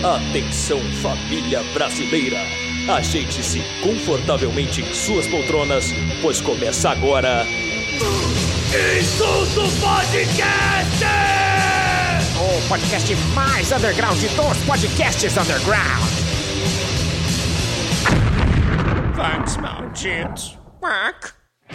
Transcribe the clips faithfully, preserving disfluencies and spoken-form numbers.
Atenção, família brasileira. Ajeite-se confortavelmente em suas poltronas, pois começa agora... Insulto Podcast! O podcast mais underground dos podcasts underground. Thanks, Mountains. Quack.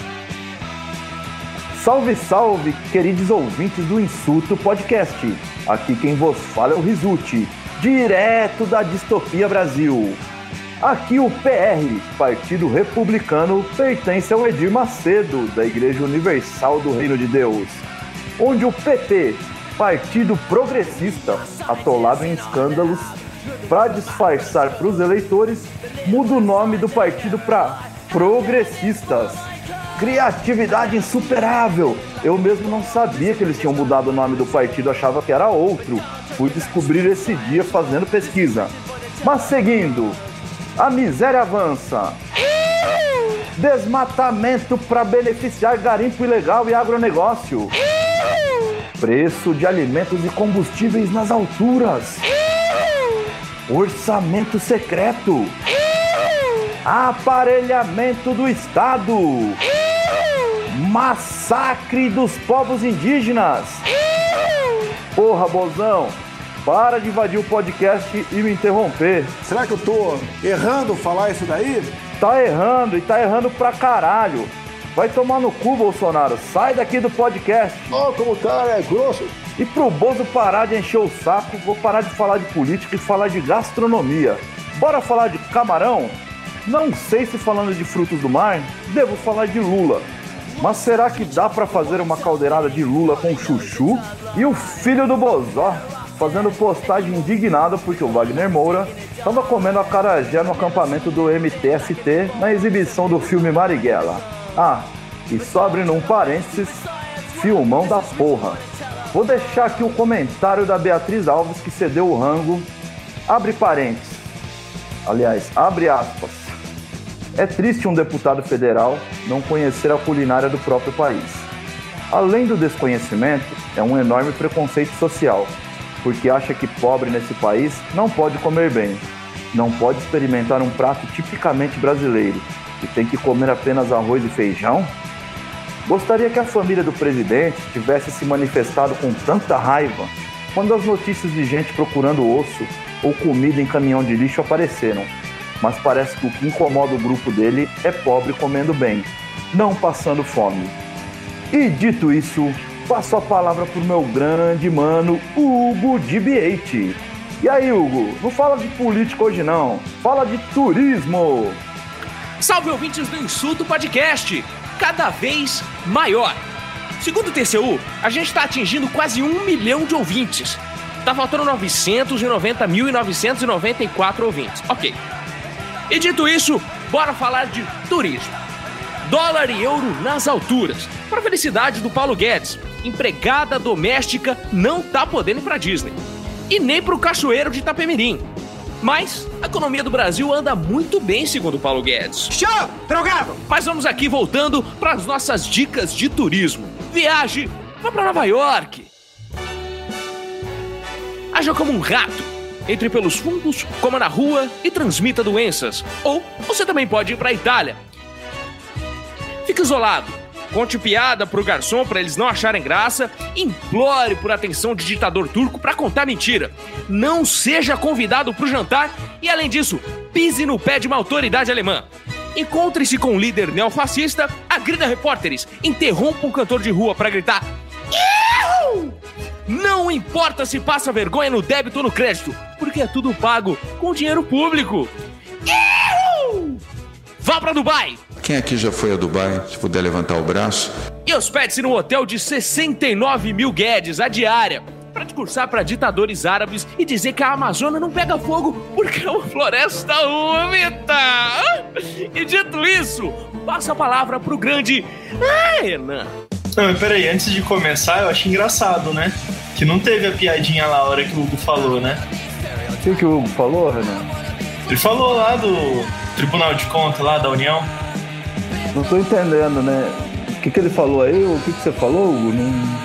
Salve, salve, queridos ouvintes do Insulto Podcast. Aqui quem vos fala é o Rizuti, direto da Distopia Brasil. Aqui o P R, Partido Republicano, pertence ao Edir Macedo, da Igreja Universal do Reino de Deus. Onde o P T, Partido Progressista, atolado em escândalos, para disfarçar para os eleitores, muda o nome do partido para Progressistas. Criatividade insuperável! Eu mesmo não sabia que eles tinham mudado o nome do partido, achava que era outro. Fui descobrir esse dia fazendo pesquisa. Mas seguindo, a miséria avança. Desmatamento para beneficiar garimpo ilegal e agronegócio. Preço de alimentos e combustíveis nas alturas. Orçamento secreto. Aparelhamento do Estado. Massacre dos povos indígenas. Porra, bozão, para de invadir o podcast e me interromper. Será que eu tô errando falar isso daí? Tá errando e tá errando pra caralho. Vai tomar no cu, Bolsonaro. Sai daqui do podcast. Oh, como o cara é grosso. E pro Bozo parar de encher o saco, vou parar de falar de política e falar de gastronomia. Bora falar de camarão? Não sei se falando de frutos do mar, devo falar de lula. Mas será que dá pra fazer uma caldeirada de lula com chuchu? E o filho do Bozó fazendo postagem indignada porque o Wagner Moura estava comendo acarajé no acampamento do M T S T na exibição do filme Marighella. Ah, e só abrindo um parênteses, filmão da porra. Vou deixar aqui o comentário da Beatriz Alves que cedeu o rango. Abre parênteses. Aliás, abre aspas. É triste um deputado federal não conhecer a culinária do próprio país. Além do desconhecimento, é um enorme preconceito social, porque acha que pobre nesse país não pode comer bem, não pode experimentar um prato tipicamente brasileiro e tem que comer apenas arroz e feijão? Gostaria que a família do presidente tivesse se manifestado com tanta raiva quando as notícias de gente procurando osso ou comida em caminhão de lixo apareceram. Mas parece que o que incomoda o grupo dele é pobre comendo bem, não passando fome. E dito isso, passo a palavra pro meu grande mano, Hugo D B oito. E aí, Hugo, não fala de política hoje não, fala de turismo. Salve, ouvintes do Insulto Podcast, cada vez maior. Segundo o T C U, a gente está atingindo quase um milhão de ouvintes. Tá faltando novecentos e noventa mil novecentos e noventa e quatro ouvintes. Ok. E dito isso, bora falar de turismo. Dólar e euro nas alturas. Para felicidade do Paulo Guedes, empregada doméstica não tá podendo ir pra Disney. E nem pro cachoeiro de Itapemirim. Mas a economia do Brasil anda muito bem, segundo o Paulo Guedes. Show! Drogado! Mas vamos aqui voltando para as nossas dicas de turismo. Viaje, vá pra Nova York. Haja como um rato. Entre pelos fundos, coma na rua e transmita doenças. Ou você também pode ir para a Itália. Fique isolado. Conte piada pro garçom para eles não acharem graça. Implore por atenção de ditador turco para contar mentira. Não seja convidado pro jantar. E além disso, pise no pé de uma autoridade alemã. Encontre-se com um líder neofascista. Agrida repórteres. Interrompa um cantor de rua para gritar Iu! Não importa se passa vergonha no débito ou no crédito, porque é tudo pago com dinheiro público. Iu! Vá pra Dubai! Quem aqui já foi a Dubai? Se puder levantar o braço. E hospede-se num hotel de sessenta e nove mil guedes a diária, para discursar para ditadores árabes e dizer que a Amazônia não pega fogo porque é uma floresta úmida. E dito isso, passa a palavra pro grande Renan. Não, mas peraí, antes de começar, eu achei engraçado, né? Que não teve a piadinha lá a hora que o Hugo falou, né? O que, que o Hugo falou, Renan? Ele falou lá do Tribunal de Contas, lá da União. Não tô entendendo, né? O que, que ele falou aí? O que, que você falou, Hugo? Não...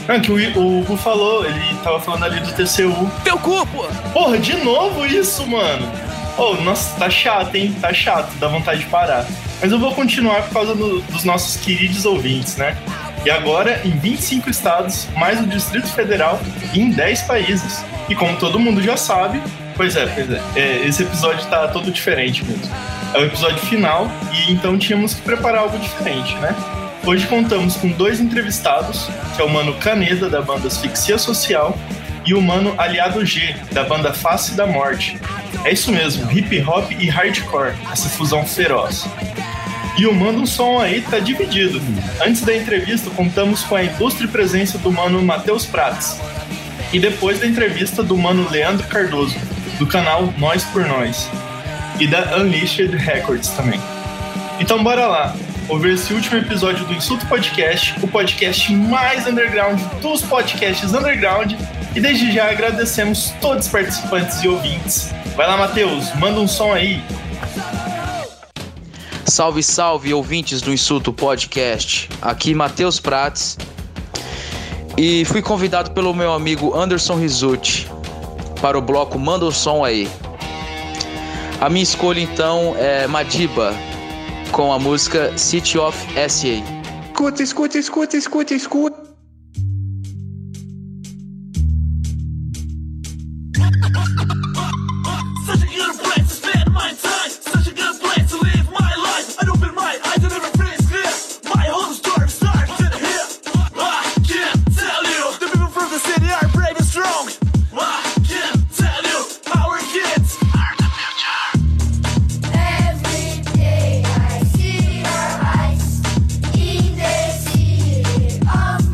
Ah, que o, o Hugo falou, ele tava falando ali do T C U. Teu cu, pô! Porra, de novo isso, mano! Oh, nossa, tá chato, hein? Tá chato, dá vontade de parar. Mas eu vou continuar por causa do, dos nossos queridos ouvintes, né? E agora em vinte e cinco estados, mais o Distrito Federal e em dez países. E como todo mundo já sabe, pois é, pois é, é esse episódio tá todo diferente mesmo. É o episódio final e então tínhamos que preparar algo diferente, né? Hoje contamos com dois entrevistados, que é o mano Caneda, da banda Asfixia Social, e o mano Aliado G, da banda Face da Morte. É isso mesmo, hip hop e hardcore, essa fusão feroz. E o Manda um Som Aí tá dividido. Antes da entrevista, contamos com a ilustre presença do mano Matheus Prats. E depois da entrevista do mano Leandro Cardoso, do canal Nós por Nós. E da Unleashed Records também. Então bora lá, ouvir esse último episódio do Insulto Podcast, o podcast mais underground dos podcasts underground. E desde já agradecemos todos os participantes e ouvintes. Vai lá, Matheus, manda um som aí. Salve, salve, ouvintes do Insulto Podcast. Aqui Matheus Prats. E fui convidado pelo meu amigo Anderson Rizzuti para o bloco Manda um Som Aí. A minha escolha então é Madiba, com a música City of S A. Escuta, escuta, escuta, escuta, escuta.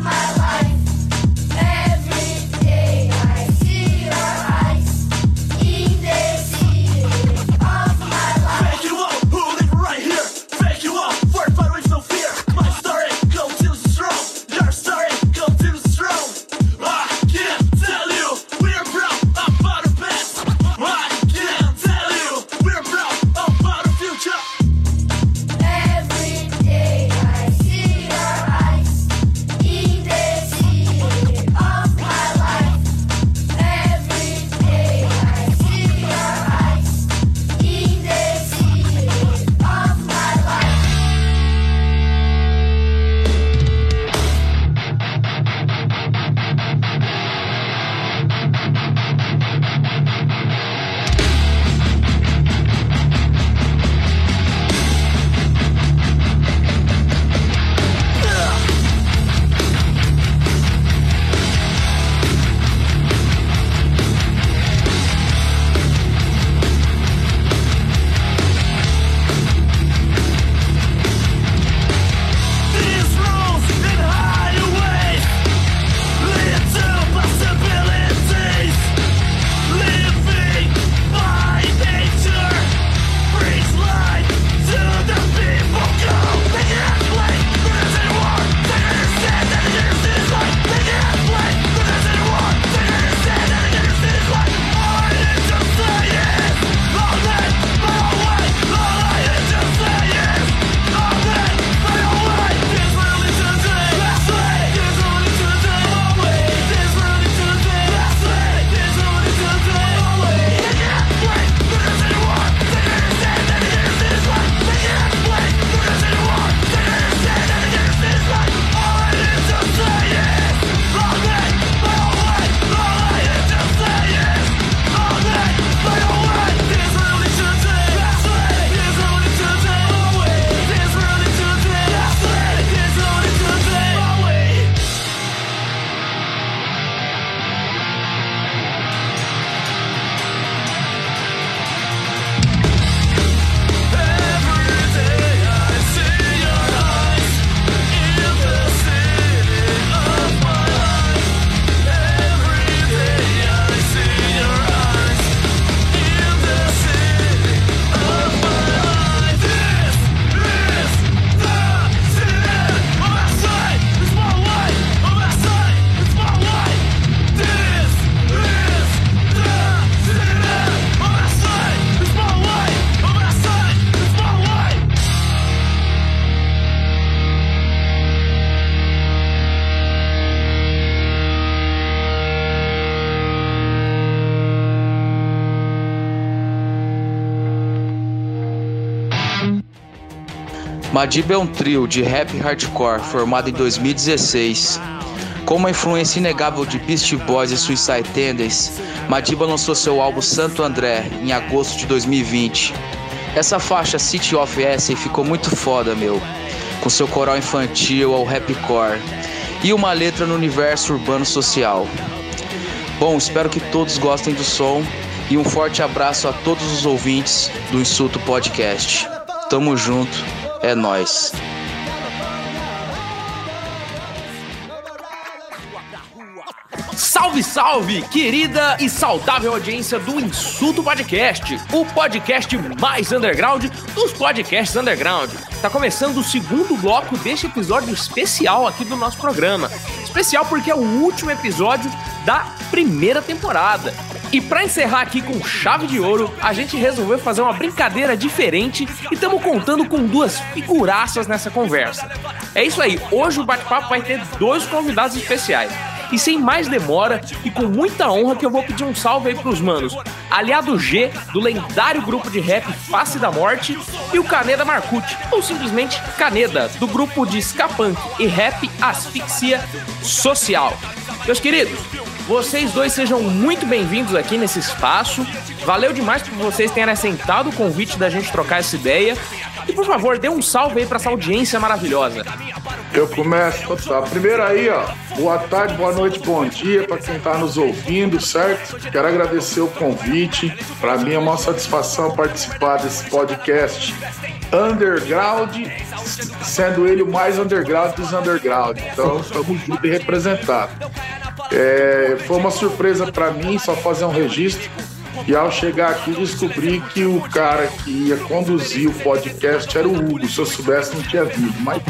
Every day I see your eyes. Madiba é um trio de rap hardcore formado em dois mil e dezesseis. Com uma influência inegável de Beastie Boys e Suicide Tendencies, Madiba lançou seu álbum Santo André em agosto de dois mil e vinte. Essa faixa City of Essen ficou muito foda, meu, com seu coral infantil ao rapcore e uma letra no universo urbano social. Bom, espero que todos gostem do som e um forte abraço a todos os ouvintes do Insulto Podcast. Tamo junto, é nóis. Salve, salve, querida e saudável audiência do Insulto Podcast, o podcast mais underground dos podcasts underground. Tá começando o segundo bloco deste episódio especial aqui do nosso programa. Especial porque é o último episódio da primeira temporada. E pra encerrar aqui com chave de ouro, a gente resolveu fazer uma brincadeira diferente e estamos contando com duas figuraças nessa conversa. É isso aí, hoje o bate-papo vai ter dois convidados especiais. E sem mais demora e com muita honra que eu vou pedir um salve aí pros manos Aliado G, do lendário grupo de rap Face da Morte, e o Caneda Marcucci, ou simplesmente Caneda, do grupo de ska punk e rap Asfixia Social. Meus queridos, vocês dois sejam muito bem-vindos aqui nesse espaço. Valeu demais por vocês terem aceitado o convite da gente trocar essa ideia. E por favor, dê um salve aí pra essa audiência maravilhosa. Eu começo, tá? Primeiro aí, ó, boa tarde, boa noite, bom dia para quem tá nos ouvindo, certo? Quero agradecer o convite. Para mim é uma satisfação participar desse podcast underground, sendo ele o mais underground dos underground. Então, estamos juntos e representados. É, foi uma surpresa para mim só fazer um registro. E ao chegar aqui descobri que o cara que ia conduzir o podcast era o Hugo. Se eu soubesse não tinha vindo, mas...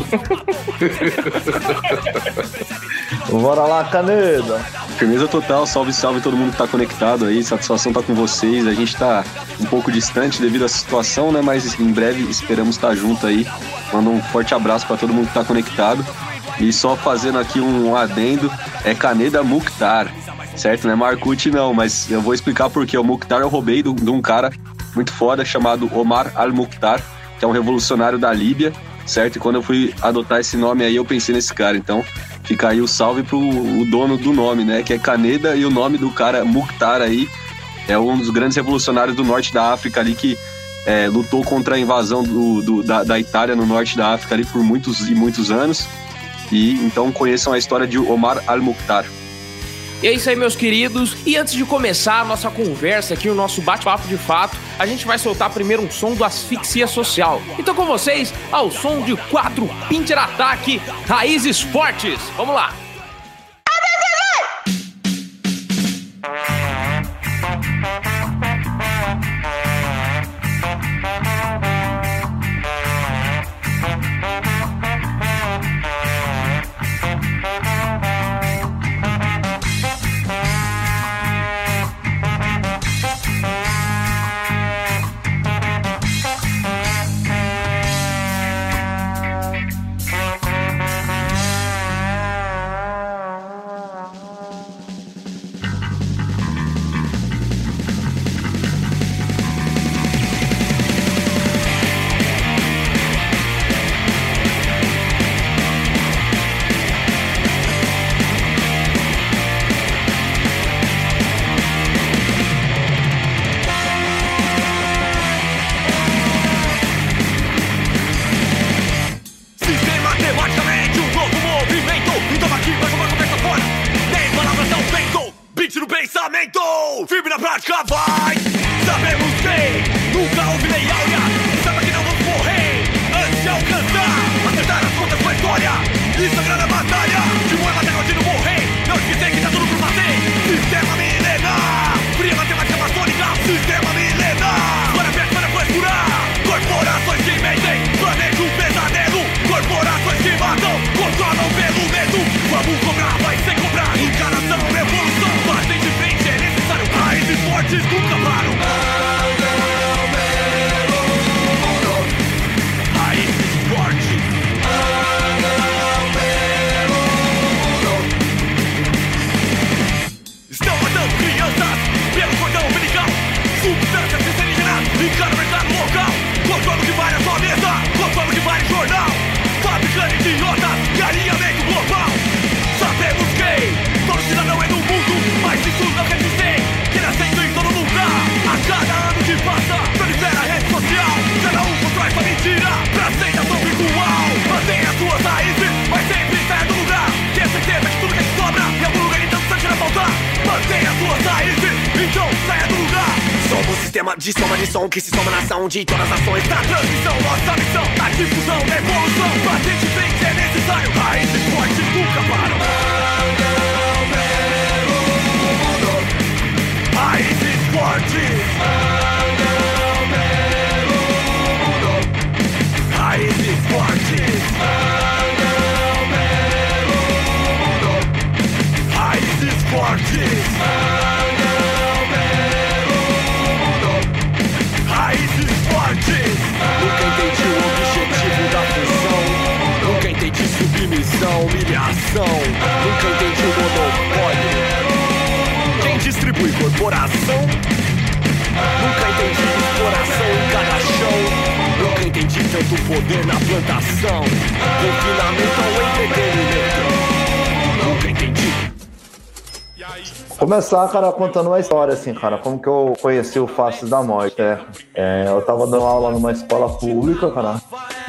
Bora lá, Caneda. Firmeza total, salve, salve todo mundo que tá conectado aí, satisfação tá com vocês. A gente tá um pouco distante devido à situação, né, mas em breve esperamos estar junto aí. Manda um forte abraço pra todo mundo que tá conectado. E só fazendo aqui um adendo, é Caneda Mukhtar. Certo, né? Marcucci não, mas eu vou explicar porque o Mukhtar eu roubei de um cara muito foda chamado Omar Al-Mukhtar, que é um revolucionário da Líbia, certo? E quando eu fui adotar esse nome aí, eu pensei nesse cara. Então, fica aí o salve pro o dono do nome, né? Que é Caneda, e o nome do cara Mukhtar aí é um dos grandes revolucionários do norte da África ali que é, lutou contra a invasão do, do, da, da Itália no norte da África ali por muitos e muitos anos. E então conheçam a história de Omar Al-Mukhtar. E é isso aí, meus queridos. E antes de começar a nossa conversa aqui, o nosso bate-papo de fato, a gente vai soltar primeiro um som do Asfixia Social. Então com vocês, ao som de quatro Pinter Ataque, Raízes Fortes. Vamos lá! Firme na prática, vai! Sabemos que nunca houve lei áurea. Saiba que não vamos morrer antes de alcançar, acertar as contas com a história e sangrar a batalha. De uma matéria de não morrer, não esquecer que tá tudo por fazer. Sistema milenar, fria matemática maçônica. Sistema milenar, para ver, para procurar. Corporações que mentem, planejam um pesadelo. Corporações que matam, controlam pelo medo. Vamos cobrar, vai ser cobrar. Encarnação, revolução, batem de frente, é necessário. Raízes fortes nunca param. Raízes fortes. sistema de soma de som que se soma na ação de todas as ações. Da transmissão, nossa missão, da difusão, da evolução. A gente vem que é necessário, raízes fortes nunca param. Raízes fortes. Raízes fortes. Raízes fortes. Raízes fortes. Nunca entendi o objetivo da função. Nunca entendi submissão, humilhação. Nunca entendi o monopólio. Quem distribui corporação? Nunca entendi exploração em cada chão. Nunca entendi tanto poder na plantação. Confinamento ao entretenimento. Nunca entendi. Começar, cara, contando uma história, assim, cara, como que eu conheci o Faces da Morte, né? É, eu tava dando aula numa escola pública, cara,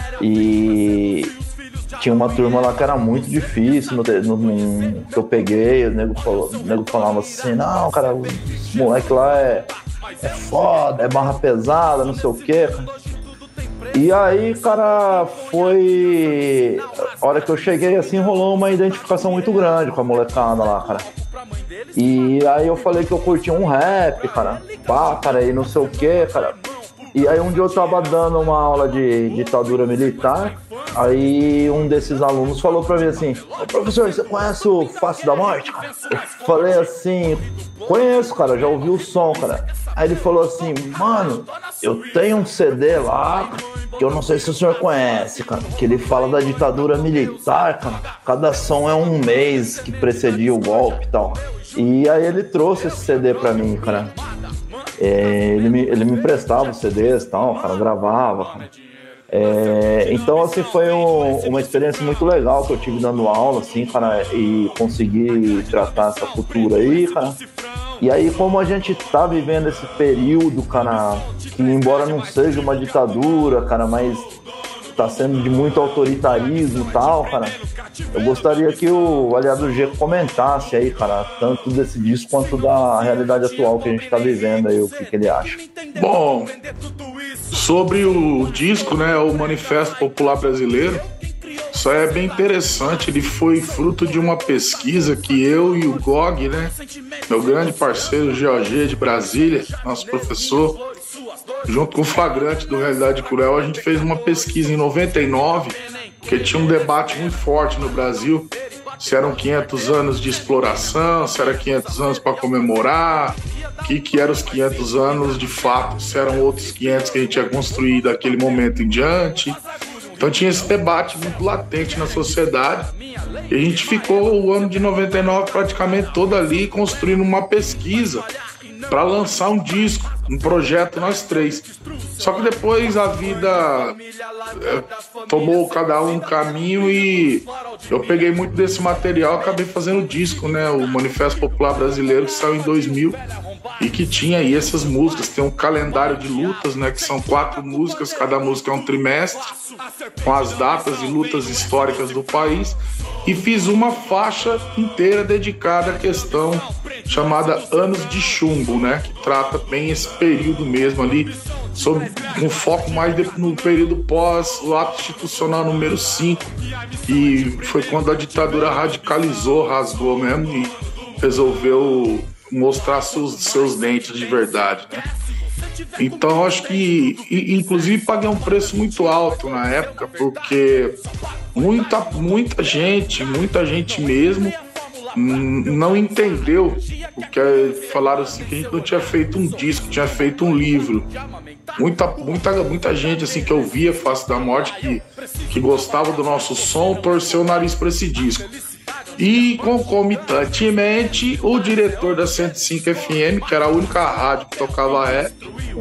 e tinha uma turma lá que era muito difícil, no, no, no, que eu peguei, o nego, falou, o nego falava assim, não, cara, o moleque lá é, é foda, é barra pesada, não sei o quê, cara. E aí, cara, foi... A hora que eu cheguei, assim, rolou uma identificação muito grande com a molecada lá, cara. E aí eu falei que eu curtia um rap, cara. Pá, cara, e não sei o que, cara. E aí um dia eu tava dando uma aula de ditadura militar. Aí um desses alunos falou pra mim assim: ô professor, você conhece o Face da Morte, cara? Eu falei assim: conheço, cara, já ouvi o som, cara. Aí ele falou assim: mano, eu tenho um C D lá que eu não sei se o senhor conhece, cara, que ele fala da ditadura militar, cara. Cada som é um mês que precedia o golpe e tal. E aí ele trouxe esse C D pra mim, cara. É, ele, me, ele me emprestava os C Ds e tal, cara, gravava, cara. É, então, assim, foi um, uma experiência muito legal que eu tive dando aula, assim, cara, e consegui tratar essa cultura aí, cara. E aí, como a gente tá vivendo esse período, cara, que embora não seja uma ditadura, cara, mas tá sendo de muito autoritarismo e tal, cara, eu gostaria que o Aliado G comentasse aí, cara, tanto desse disco quanto da realidade atual que a gente tá vivendo aí, o que, que ele acha. Bom, sobre o disco, né, o Manifesto Popular Brasileiro, isso é bem interessante. Ele foi fruto de uma pesquisa que eu e o Gog, né, meu grande parceiro G O G de Brasília, nosso professor, junto com o Flagrante do Realidade Cruel, a gente fez uma pesquisa em noventa e nove, que tinha um debate muito forte no Brasil, se eram quinhentos anos de exploração, se eram quinhentos anos para comemorar, o que, que eram os quinhentos anos de fato, se eram outros quinhentos que a gente ia construir daquele momento em diante. Então tinha esse debate muito latente na sociedade, e a gente ficou o ano de noventa e nove praticamente todo ali construindo uma pesquisa para lançar um disco, um projeto nós três. Só que depois a vida é, tomou cada um um caminho e eu peguei muito desse material e acabei fazendo o disco, né? O Manifesto Popular Brasileiro, que saiu em dois mil e que tinha aí essas músicas. Tem um calendário de lutas, né? Que são quatro músicas, cada música é um trimestre, com as datas e lutas históricas do país. E fiz uma faixa inteira dedicada à questão chamada Anos de Chumbo, né? Que trata bem esse período mesmo ali, sobre um foco mais no período pós o ato institucional número cinco, e foi quando a ditadura radicalizou, rasgou mesmo e resolveu mostrar seus, seus dentes de verdade, né? Então acho que, inclusive, paguei um preço muito alto na época, porque muita, muita gente, muita gente mesmo não entendeu o que falaram assim, que a gente não tinha feito um disco, tinha feito um livro. Muita, muita, muita gente assim que eu via Face da Morte, que, que gostava do nosso som, torceu o nariz para esse disco. E concomitantemente, o diretor da cento e cinco F M, que era a única rádio que tocava rap,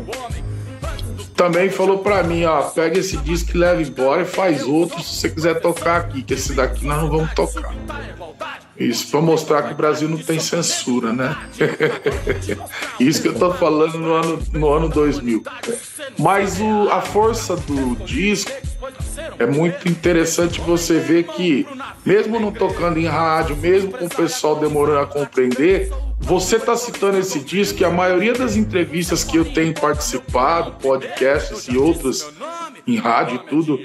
também falou pra mim, ó, pega esse disco e leva embora e faz outro se você quiser tocar aqui, que esse daqui nós não vamos tocar. Isso pra mostrar que o Brasil não tem censura, né? Isso que eu tô falando no ano, no ano dois mil. Mas o, a força do disco é muito interessante você ver que, mesmo não tocando em rádio, mesmo com o pessoal demorando a compreender, você está citando esse disco e a maioria das entrevistas que eu tenho participado, podcasts e outras em rádio e tudo,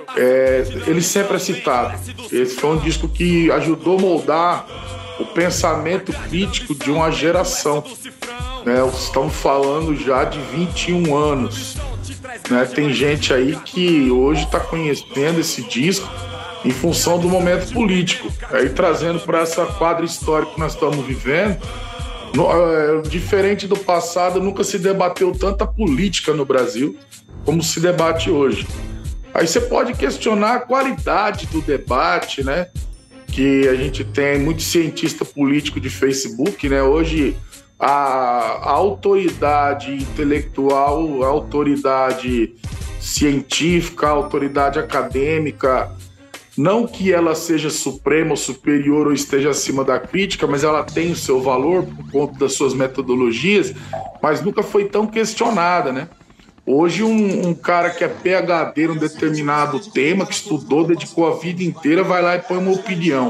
é, ele sempre é citado. Esse foi um disco que ajudou a moldar o pensamento crítico de uma geração. Né? Estamos falando já de vinte e um anos. Né? Tem gente aí que hoje está conhecendo esse disco em função do momento político. Aí trazendo para essa quadra histórica que nós estamos vivendo, no, é, diferente do passado, nunca se debateu tanta política no Brasil como se debate hoje. Aí você pode questionar a qualidade do debate, né? Que a gente tem muito cientista político de Facebook, né? Hoje a, a autoridade intelectual, a autoridade científica, a autoridade acadêmica, não que ela seja suprema ou superior ou esteja acima da crítica, mas ela tem o seu valor por conta das suas metodologias, mas nunca foi tão questionada, né? Hoje um, um cara que é P H D num determinado tema, que estudou, dedicou a vida inteira, vai lá e põe uma opinião.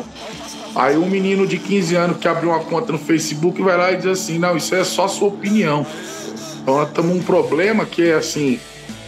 Aí um menino de quinze anos que abriu uma conta no Facebook vai lá e diz assim, não, isso é só sua opinião. Então nós temos um problema que é assim,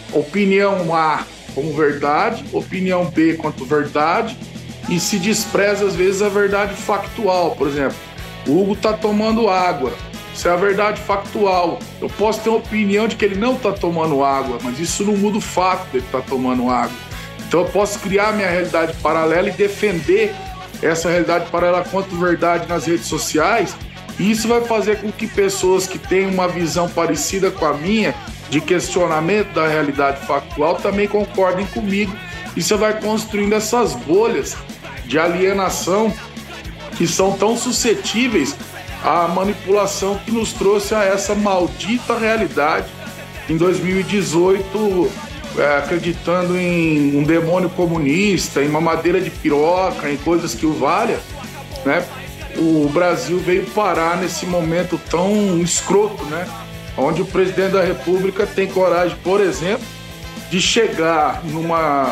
opinião A como verdade, opinião B quanto verdade, e se despreza às vezes a verdade factual. Por exemplo, o Hugo tá tomando água, isso é a verdade factual. Eu posso ter uma opinião de que ele não tá tomando água, mas isso não muda o fato de ele estar tomando água. Então eu posso criar minha realidade paralela e defender essa realidade paralela quanto verdade nas redes sociais, e isso vai fazer com que pessoas que têm uma visão parecida com a minha, de questionamento da realidade factual, também concordem comigo, e você vai construindo essas bolhas de alienação que são tão suscetíveis à manipulação que nos trouxe a essa maldita realidade em dois mil e dezoito, é, acreditando em um demônio comunista, em mamadeira de piroca, em coisas que o valha, né? O Brasil veio parar nesse momento tão escroto, né? Onde o presidente da República tem coragem, por exemplo, de chegar numa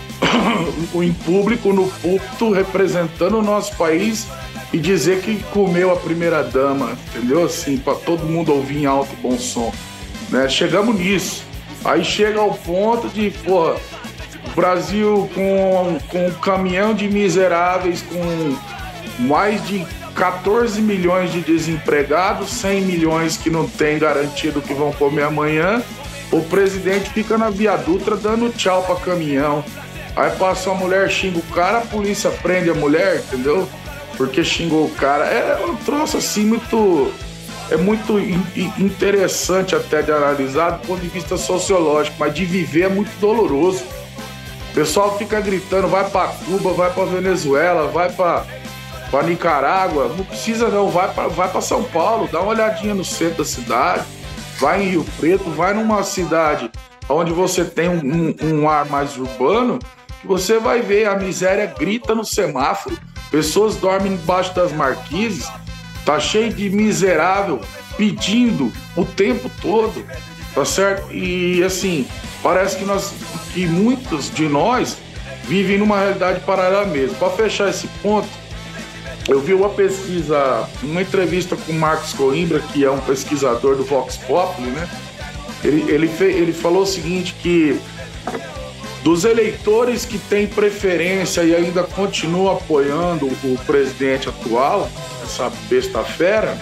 em público, no púlpito, representando o nosso país e dizer que comeu a primeira-dama, entendeu? Assim, para todo mundo ouvir em alto e bom som. Né? Chegamos nisso. Aí chega ao ponto de, pô, o Brasil com, com um caminhão de miseráveis, com mais de catorze milhões de desempregados, cem milhões que não tem garantido que vão comer amanhã, o presidente fica na Via Dutra dando tchau para caminhão. Aí passa a mulher, xinga o cara, a polícia prende a mulher, entendeu? Porque xingou o cara. É um troço assim muito... É muito interessante até de analisar do ponto de vista sociológico, mas de viver é muito doloroso. O pessoal fica gritando, vai para Cuba, vai para Venezuela, vai para para Nicarágua. Não precisa não, vai para vai para São Paulo, dá uma olhadinha no centro da cidade, vai em Rio Preto, vai numa cidade onde você tem um, um, um ar mais urbano, que você vai ver a miséria grita no semáforo, pessoas dormem embaixo das marquises, tá cheio de miserável pedindo o tempo todo, tá certo? E assim, parece que nós, que muitos de nós vivem numa realidade paralela mesmo. Para fechar esse ponto, eu vi uma pesquisa, uma entrevista com o Marcos Coimbra, que é um pesquisador do Vox Populi, né? Ele, ele, fe, ele falou o seguinte, que dos eleitores que têm preferência e ainda continuam apoiando o presidente atual, essa besta fera,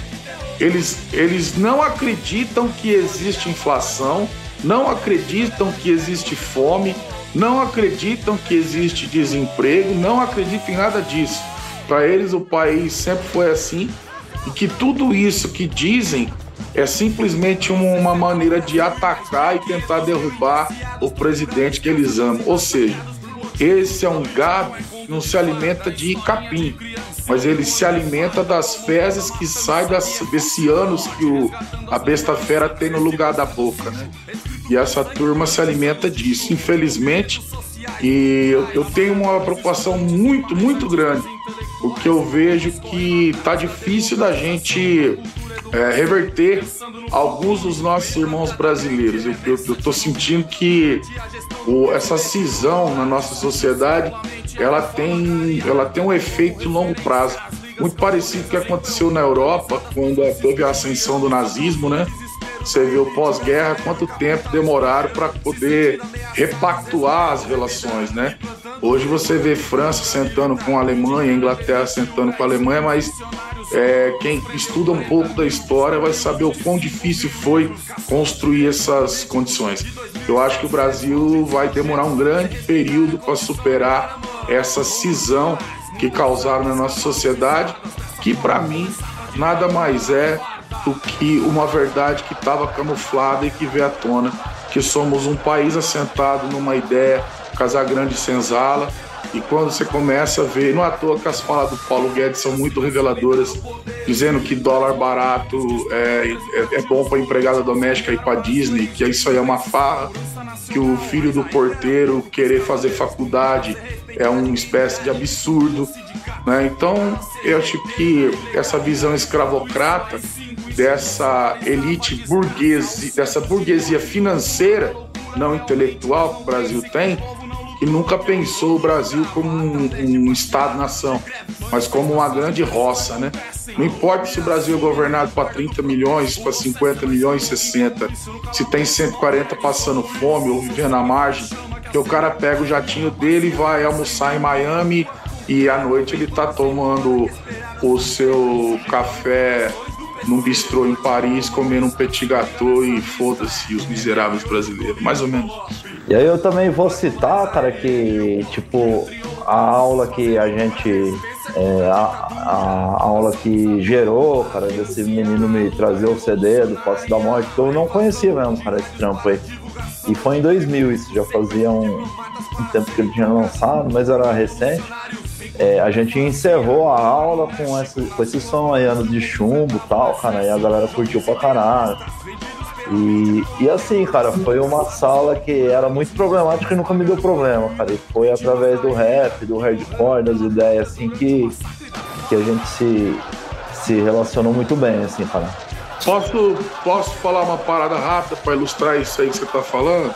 eles, eles não acreditam que existe inflação, não acreditam que existe fome, não acreditam que existe desemprego, não acreditam em nada disso. Para eles o país sempre foi assim, e que tudo isso que dizem é simplesmente uma maneira de atacar e tentar derrubar o presidente que eles amam. Ou seja, esse é um gado que não se alimenta de capim, mas ele se alimenta das fezes que saem das, desse ânus que o, a besta fera tem no lugar da boca, né? E essa turma se alimenta disso, infelizmente. E eu, eu tenho uma preocupação muito, muito grande, porque eu vejo que tá difícil da gente é, reverter alguns dos nossos irmãos brasileiros. Eu, eu, eu tô sentindo que o, essa cisão na nossa sociedade, ela tem, ela tem um efeito de longo prazo. muito parecido com o que aconteceu na Europa, quando teve a ascensão do nazismo, né? Você vê o pós-guerra, quanto tempo demoraram para poder repactuar as relações, né? Hoje você vê França sentando com a Alemanha, Inglaterra sentando com a Alemanha, mas é, quem estuda um pouco da história vai saber o quão difícil foi construir essas condições. Eu acho que o Brasil vai demorar um grande período para superar essa cisão que causaram na nossa sociedade, que para mim nada mais é do que uma verdade que estava camuflada e que veio à tona, que somos um país assentado numa ideia Casagrande Senzala, e quando você começa a ver, não é à toa que as falas do Paulo Guedes são muito reveladoras, dizendo que dólar barato é, é, é bom para empregada doméstica ir para Disney, que isso aí é uma farra, que o filho do porteiro querer fazer faculdade é uma espécie de absurdo, né? Então eu acho que essa visão escravocrata dessa elite burguesa, dessa burguesia financeira, não intelectual que o Brasil tem, que nunca pensou o Brasil como um, um Estado-nação, mas como uma grande roça, né? Não importa se o Brasil é governado para trinta milhões, para cinquenta milhões, sessenta, se tem cento e quarenta passando fome ou vivendo à margem, que o cara pega o jatinho dele e vai almoçar em Miami e à noite ele tá tomando o seu café num bistrô em Paris, comendo um petit gâteau e foda-se os miseráveis brasileiros, mais ou menos. E aí eu também vou citar, cara, que tipo a aula que a gente é, a, a aula que gerou, cara, desse menino me trazer o C D do Face da Morte, que eu não conhecia mesmo, cara, esse trampo aí. E foi em dois mil, isso já fazia um, um tempo que ele tinha lançado, mas era recente. É, a gente encerrou a aula com esse, com esse som aí, Anos de Chumbo e tal, cara, e a galera curtiu pra caralho. E, e assim, cara, foi uma sala que era muito problemática e nunca me deu problema, cara. E foi através do rap, do hardcore, das ideias, assim, que, que a gente se, se relacionou muito bem, assim, cara. Posso, posso falar uma parada rápida para ilustrar isso aí que você tá falando?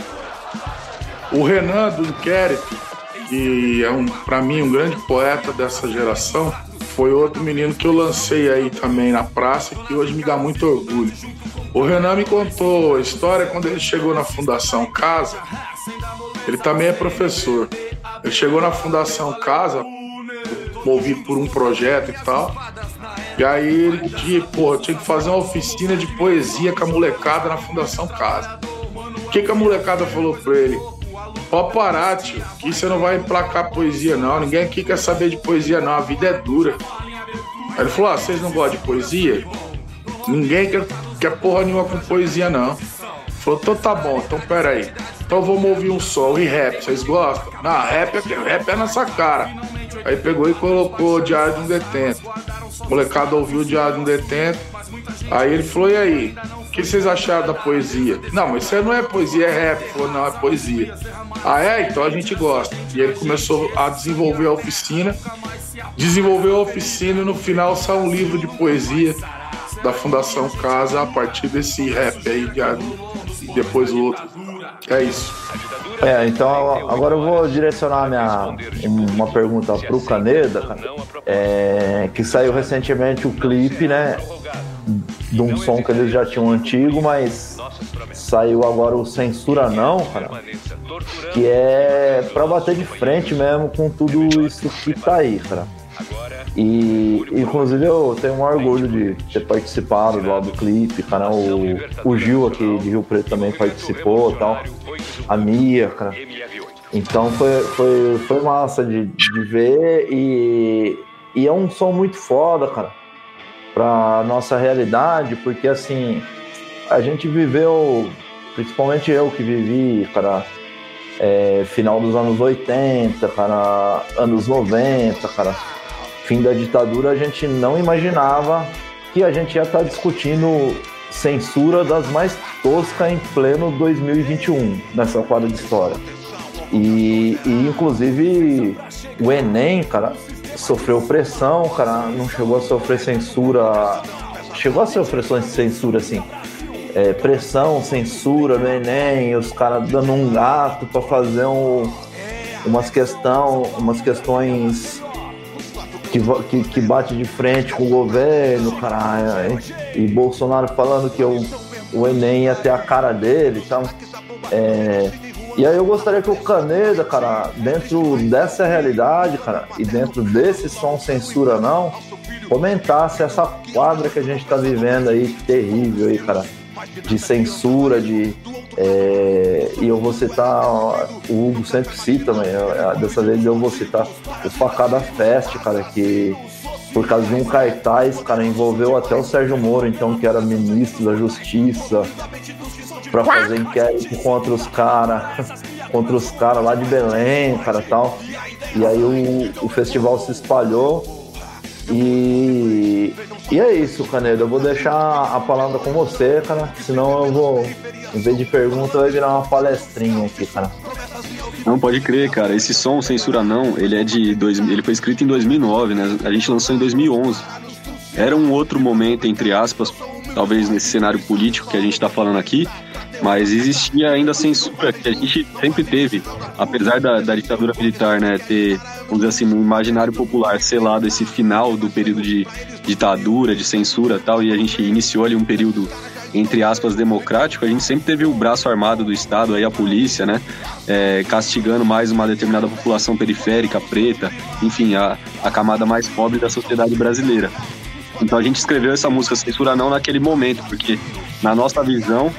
O Renan do Inquérito, que é, um, para mim, um grande poeta dessa geração, foi outro menino que eu lancei aí também na praça, que hoje me dá muito orgulho. O Renan me contou a história quando ele chegou na Fundação Casa. Ele também é professor. Ele chegou na Fundação Casa, movido por um projeto e tal. E aí ele tinha, pô, tinha que fazer uma oficina de poesia com a molecada na Fundação Casa. O que, que a molecada falou pra ele? Pode parar, tio, que você não vai emplacar poesia não. Ninguém aqui quer saber de poesia não, a vida é dura. Aí ele falou, ah, vocês não gostam de poesia? Ninguém quer, quer porra nenhuma com poesia não. Falou, então tá bom, então pera aí. Então vamos ouvir um som. E rap, vocês gostam? Não, rap é, rap é nessa cara. Aí pegou e colocou o Diário de um Detento. O molecada ouviu o Diário de um Detento. Aí ele falou, e aí? O que vocês acharam da poesia? Não, mas isso não é poesia, é rap. Ele falou, não, é poesia. Ah, é? Então a gente gosta. E ele começou a desenvolver a oficina. Desenvolveu a oficina e no final saiu um livro de poesia da Fundação Casa a partir desse rap aí, e depois o outro. É isso. É, então agora eu vou direcionar minha, uma pergunta pro Caneda, cara, é, que saiu recentemente o clipe, né, de um som que eles já tinham antigo, mas saiu agora o Censura Não, cara, que é pra bater de frente mesmo com tudo isso que tá aí, cara. E inclusive eu tenho um orgulho de ter participado do, do clipe, cara. O, o Gil aqui de Rio Preto também participou e tal. A Mia, cara. Então foi, foi, foi massa de, de ver e, e é um som muito foda, cara, pra nossa realidade, porque assim, a gente viveu, principalmente eu que vivi, cara, é, final dos anos oitenta, cara, anos noventa, cara. Fim da ditadura, a gente não imaginava que a gente ia estar discutindo censura das mais toscas em pleno dois mil e vinte e um, nessa quadra de história. E, e inclusive, o Enem, cara, sofreu pressão, cara, não chegou a sofrer censura, chegou a sofrer censura, assim, é, pressão, censura no Enem, os caras dando um gasto para fazer um, umas, questão, umas questões que, que, que bate de frente com o governo, caralho, e Bolsonaro falando que o, o Enem ia ter a cara dele, então, é, e aí eu gostaria que o Caneda, cara, dentro dessa realidade, cara, e dentro desse som Censura Não, comentasse essa quadra que a gente tá vivendo aí, terrível aí, cara, de censura, de... É, e eu vou citar, o Hugo sempre cita, mas eu, dessa vez eu vou citar o Facada Fest, cara, que por causa de um cartaz, cara, envolveu até o Sérgio Moro, então, que era ministro da Justiça, pra fazer inquérito contra os caras, contra os caras lá de Belém, cara, tal. E aí o, o festival se espalhou. E, e é isso, Caneda. Eu vou deixar a palavra com você, cara. Senão eu vou, em vez de pergunta, vai virar uma palestrinha aqui, cara. Não, pode crer, cara. Esse som Censura Não, ele é de dois, ele foi escrito em dois mil e nove, né? A gente lançou em dois mil e onze. Era um outro momento, entre aspas, talvez nesse cenário político que a gente tá falando aqui, mas existia ainda a censura que a gente sempre teve, apesar da, da ditadura militar, né, ter, vamos dizer assim, no imaginário popular selado esse final do período de ditadura, de censura e tal, e a gente iniciou ali um período, entre aspas, democrático. A gente sempre teve o braço armado do Estado, aí a polícia, né, é, castigando mais uma determinada população periférica, preta, enfim, a, a camada mais pobre da sociedade brasileira. Então a gente escreveu essa música Censura Não naquele momento, porque na nossa visão,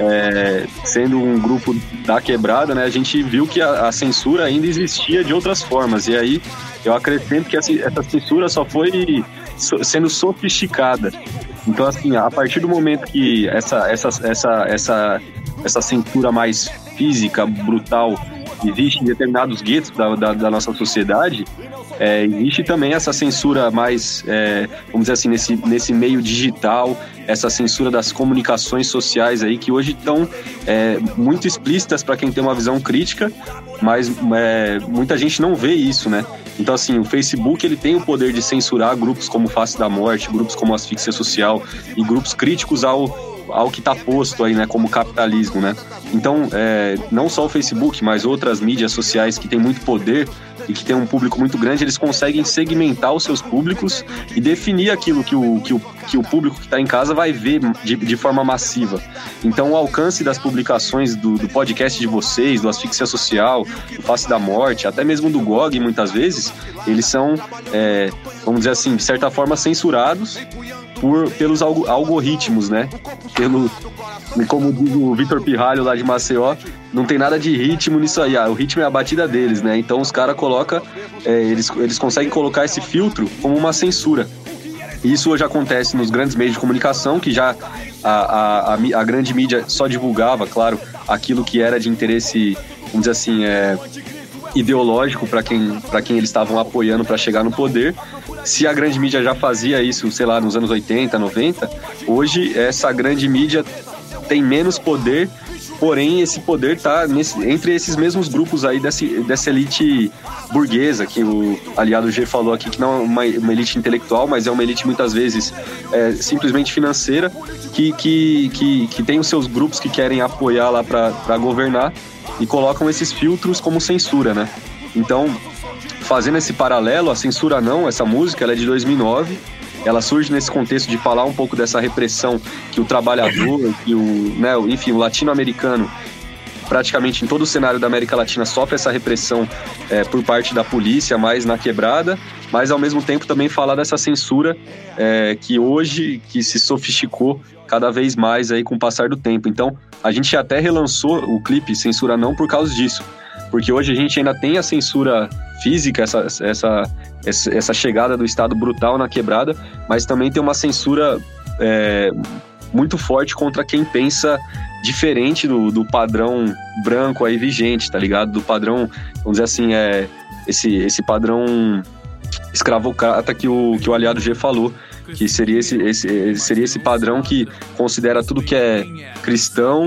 é, sendo um grupo da quebrada, né, a gente viu que a, a censura ainda existia de outras formas, e aí eu acrescento que essa, essa censura só foi so, sendo sofisticada. Então, assim, a partir do momento que essa, essa, essa, essa, essa censura mais física, brutal, existe em determinados guetos da, da, da nossa sociedade, é, existe também essa censura mais, é, vamos dizer assim, nesse, nesse meio digital, essa censura das comunicações sociais aí, que hoje estão é, muito explícitas para quem tem uma visão crítica, mas é, muita gente não vê isso, né? Então, assim, o Facebook, ele tem o poder de censurar grupos como Face da Morte, grupos como Asfixia Social e grupos críticos ao ao que está posto aí, né, como capitalismo, né? Então, é, não só o Facebook, mas outras mídias sociais que têm muito poder e que tem um público muito grande, eles conseguem segmentar os seus públicos e definir aquilo que o, que o, que o público que está em casa vai ver de, de forma massiva. Então, o alcance das publicações do, do podcast de vocês, do Asfixia Social, do Face da Morte, até mesmo do G O G, muitas vezes, eles são, é, vamos dizer assim, de certa forma censurados Por, pelos alg- algoritmos, né? Pelo, como diz o Vitor Pirralho lá de Maceió, não tem nada de ritmo nisso aí. Ah, o ritmo é a batida deles, né? Então os caras colocam, é, eles, eles conseguem colocar esse filtro como uma censura. Isso hoje acontece nos grandes meios de comunicação, que já a, a, a, a grande mídia só divulgava, claro, aquilo que era de interesse, vamos dizer assim, é, ideológico para quem, para quem eles estavam apoiando para chegar no poder. Se a grande mídia já fazia isso, sei lá, nos anos oitenta, noventa, hoje essa grande mídia tem menos poder, porém esse poder está entre esses mesmos grupos aí desse, dessa elite burguesa, que o aliado G falou aqui, que não é uma, uma elite intelectual, mas é uma elite muitas vezes é, simplesmente financeira, que, que, que, que tem os seus grupos que querem apoiar lá para governar e colocam esses filtros como censura, né? Então, fazendo esse paralelo, a Censura Não, essa música, ela é de dois mil e nove, ela surge nesse contexto de falar um pouco dessa repressão que o trabalhador, que o, né, enfim, o latino-americano, praticamente em todo o cenário da América Latina, sofre essa repressão é, por parte da polícia, mais na quebrada, mas ao mesmo tempo também falar dessa censura é, que hoje, que se sofisticou cada vez mais aí com o passar do tempo. Então, a gente até relançou o clipe Censura Não por causa disso, porque hoje a gente ainda tem a censura física, essa, essa, essa chegada do Estado brutal na quebrada, mas também tem uma censura é, muito forte contra quem pensa diferente do, do padrão branco aí vigente, tá ligado? Do padrão, vamos dizer assim, é, esse, esse padrão escravocrata que o, que o aliado G falou, que seria esse, esse, seria esse padrão que considera tudo que é cristão,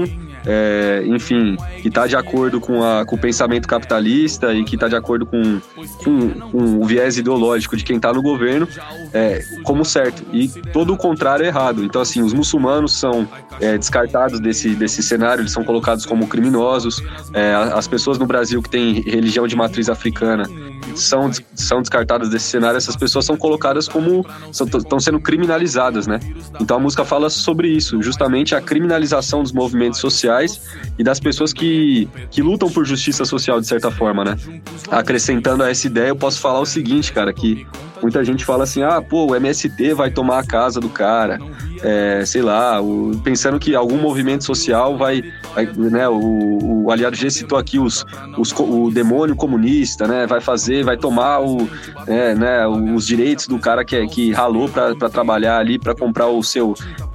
É, enfim, que está de acordo com, a, com o pensamento capitalista e que está de acordo com, com, com o viés ideológico de quem está no governo, é, como certo. E todo o contrário é errado. Então, assim, os muçulmanos são é, descartados desse, desse cenário, eles são colocados como criminosos. É, as pessoas no Brasil que têm religião de matriz africana são, são descartadas desse cenário, essas pessoas são colocadas como... estão sendo criminalizadas, né? Então a música fala sobre isso, justamente a criminalização dos movimentos sociais e das pessoas que, que lutam por justiça social, de certa forma, né? Acrescentando a essa ideia, eu posso falar o seguinte, cara, que muita gente fala assim, ah, pô, o M S T vai tomar a casa do cara, é, sei lá, o, pensando que algum movimento social vai, vai né, o, o Aliado G citou aqui os, os, o demônio comunista, né, vai fazer, vai tomar o, é, né, os direitos do cara que, que ralou pra, pra trabalhar ali, pra comprar o seu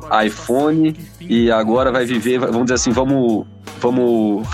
iPhone e agora vai viver, vamos dizer assim, vamos... vamos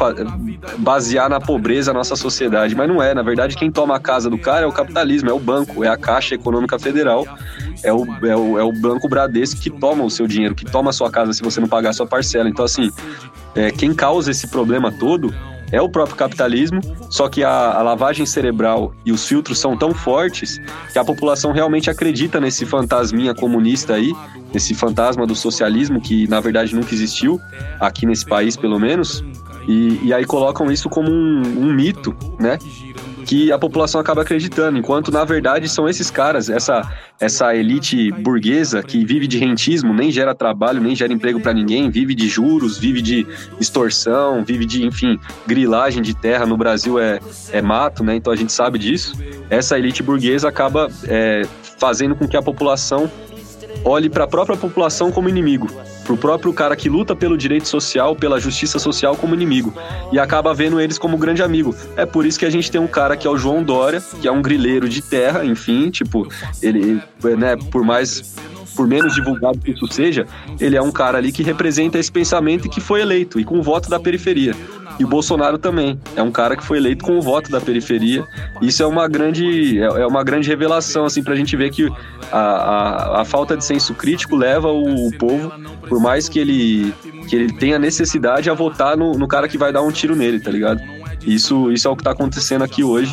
basear na pobreza a nossa sociedade, mas não é, na verdade quem toma a casa do cara é o capitalismo, é o banco, é a Caixa Econômica Federal, é o, é o, é o Banco Bradesco que toma o seu dinheiro, que toma a sua casa se você não pagar a sua parcela. Então assim, é, quem causa esse problema todo é o próprio capitalismo, só que a, a lavagem cerebral e os filtros são tão fortes que a população realmente acredita nesse fantasminha comunista aí, nesse fantasma do socialismo que na verdade nunca existiu, aqui nesse país pelo menos, e, e aí colocam isso como um, um mito, né? Que a população acaba acreditando, enquanto na verdade são esses caras, essa, essa elite burguesa que vive de rentismo, nem gera trabalho, nem gera emprego pra ninguém, vive de juros, vive de extorsão, vive de, enfim, grilagem de terra. No Brasil é, é mato, né? Então a gente sabe disso. Essa elite burguesa acaba é, fazendo com que a população olhe para a própria população como inimigo, pro próprio cara que luta pelo direito social, pela justiça social como inimigo, e acaba vendo eles como grande amigo. É por isso que a gente tem um cara que é o João Dória, que é um grileiro de terra, enfim, tipo, ele, né, por mais... por menos divulgado que isso seja, ele é um cara ali que representa esse pensamento e que foi eleito, e com o voto da periferia. E o Bolsonaro também é um cara que foi eleito com o voto da periferia. Isso é uma grande, é uma grande revelação, assim, pra gente ver que a, a, a falta de senso crítico leva o, o povo, por mais que ele, que ele tenha necessidade, a votar no, no cara que vai dar um tiro nele, tá ligado? Isso, isso é o que tá acontecendo aqui hoje.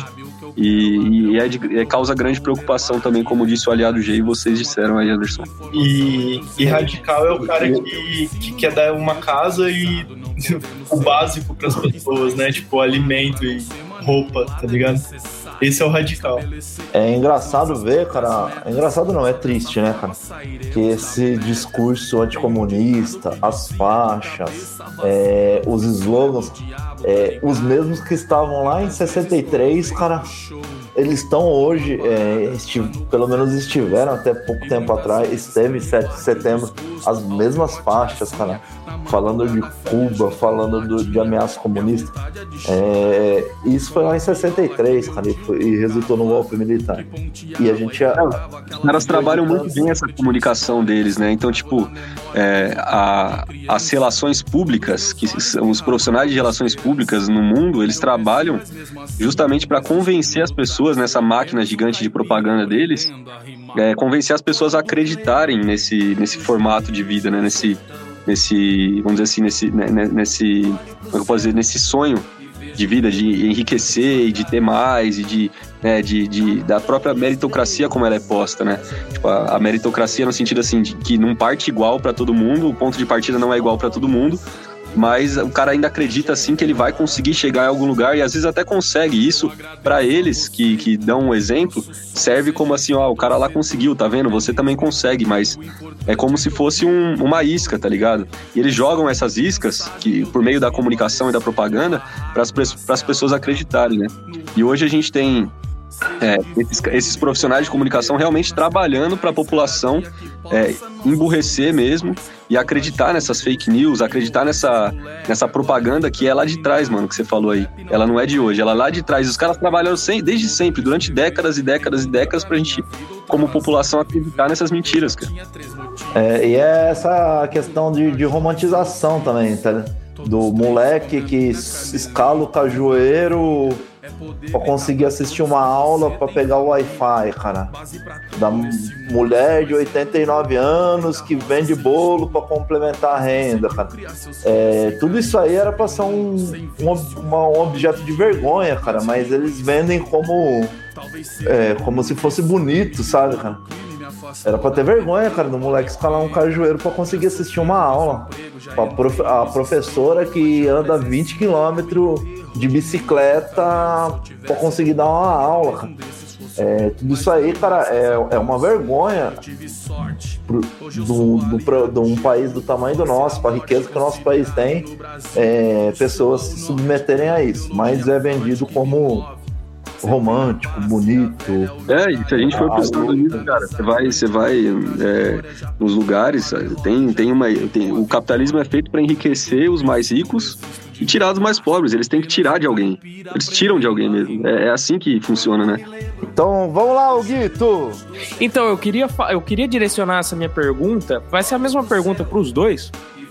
E, e é, de, é causa grande preocupação também, como disse o Aliado G e vocês disseram aí, Anderson. E, e radical é o cara que, que quer dar uma casa e o básico para as pessoas, né? Tipo, alimento e roupa, tá ligado? Esse é o radical. É engraçado ver, cara. É engraçado não, é triste, né, cara? Que esse discurso anticomunista, as faixas, é, os slogans, é, os mesmos que estavam lá em sessenta e três, cara, eles estão hoje, é, estive, pelo menos estiveram até pouco tempo atrás, esteve em sete de setembro, as mesmas faixas, cara, falando de Cuba, falando do, de ameaça comunista. É, isso foi lá em sessenta e três, cara, e, foi, e resultou no golpe militar. E a gente... A, Os caras trabalham muito bem essa comunicação deles, né? Então, tipo, é, a, as relações públicas, que são os profissionais de relações públicas no mundo, eles trabalham justamente para convencer as pessoas nessa máquina gigante de propaganda deles, é, convencer as pessoas a acreditarem nesse, nesse formato de vida, né? Nesse, nesse, vamos dizer assim, nesse, né, nesse, como eu posso dizer, nesse sonho de vida, de enriquecer e de ter mais, e de, né, de, de, da própria meritocracia como ela é posta, né? Tipo, a, a meritocracia no sentido assim, de que não parte igual para todo mundo, o ponto de partida não é igual para todo mundo, mas o cara ainda acredita assim que ele vai conseguir chegar em algum lugar, e às vezes até consegue. Isso, pra eles que, que dão um exemplo, serve como assim, ó, o cara lá conseguiu, tá vendo? Você também consegue, mas é como se fosse um, uma isca, tá ligado? E eles jogam essas iscas, que, por meio da comunicação e da propaganda, pras, pras pessoas acreditarem, né? E hoje a gente tem É, esses, esses profissionais de comunicação realmente trabalhando para a população é, emburrecer mesmo e acreditar nessas fake news, acreditar nessa, nessa propaganda que é lá de trás, mano, que você falou aí. Ela não é de hoje, ela é lá de trás. Os caras trabalharam sem, desde sempre, durante décadas e décadas e décadas pra gente, como população, acreditar nessas mentiras, cara. É, e é essa questão de, de romantização também, tá? Do moleque que escala o cajueiro pra conseguir assistir uma aula pra pegar o Wi-Fi, cara. Da mulher de oitenta e nove anos que vende bolo pra complementar a renda, cara. É, tudo isso aí era pra ser um, um, uma, um objeto de vergonha, cara, mas eles vendem como, é, como se fosse bonito, sabe, cara? Era pra ter vergonha, cara, do moleque escalar um cajueiro pra conseguir assistir uma aula. A, prof... a professora que anda vinte quilômetros de bicicleta pra conseguir dar uma aula, cara. É, tudo isso aí, cara, é, é uma vergonha pro, do, do, pro, de um país do tamanho do nosso, com a riqueza que o nosso país tem, é, pessoas se submeterem a isso, mas é vendido como romântico, bonito. É, e se a gente for para os Estados Unidos, cara, você vai, você vai é, nos lugares, tem, tem uma, tem, o capitalismo é feito para enriquecer os mais ricos e tirar dos mais pobres. Eles têm que tirar de alguém. Eles tiram de alguém mesmo. É, é assim que funciona, né? Então, vamos lá, Guito! Então, eu queria, eu queria direcionar essa minha pergunta, vai ser a mesma pergunta para os dois,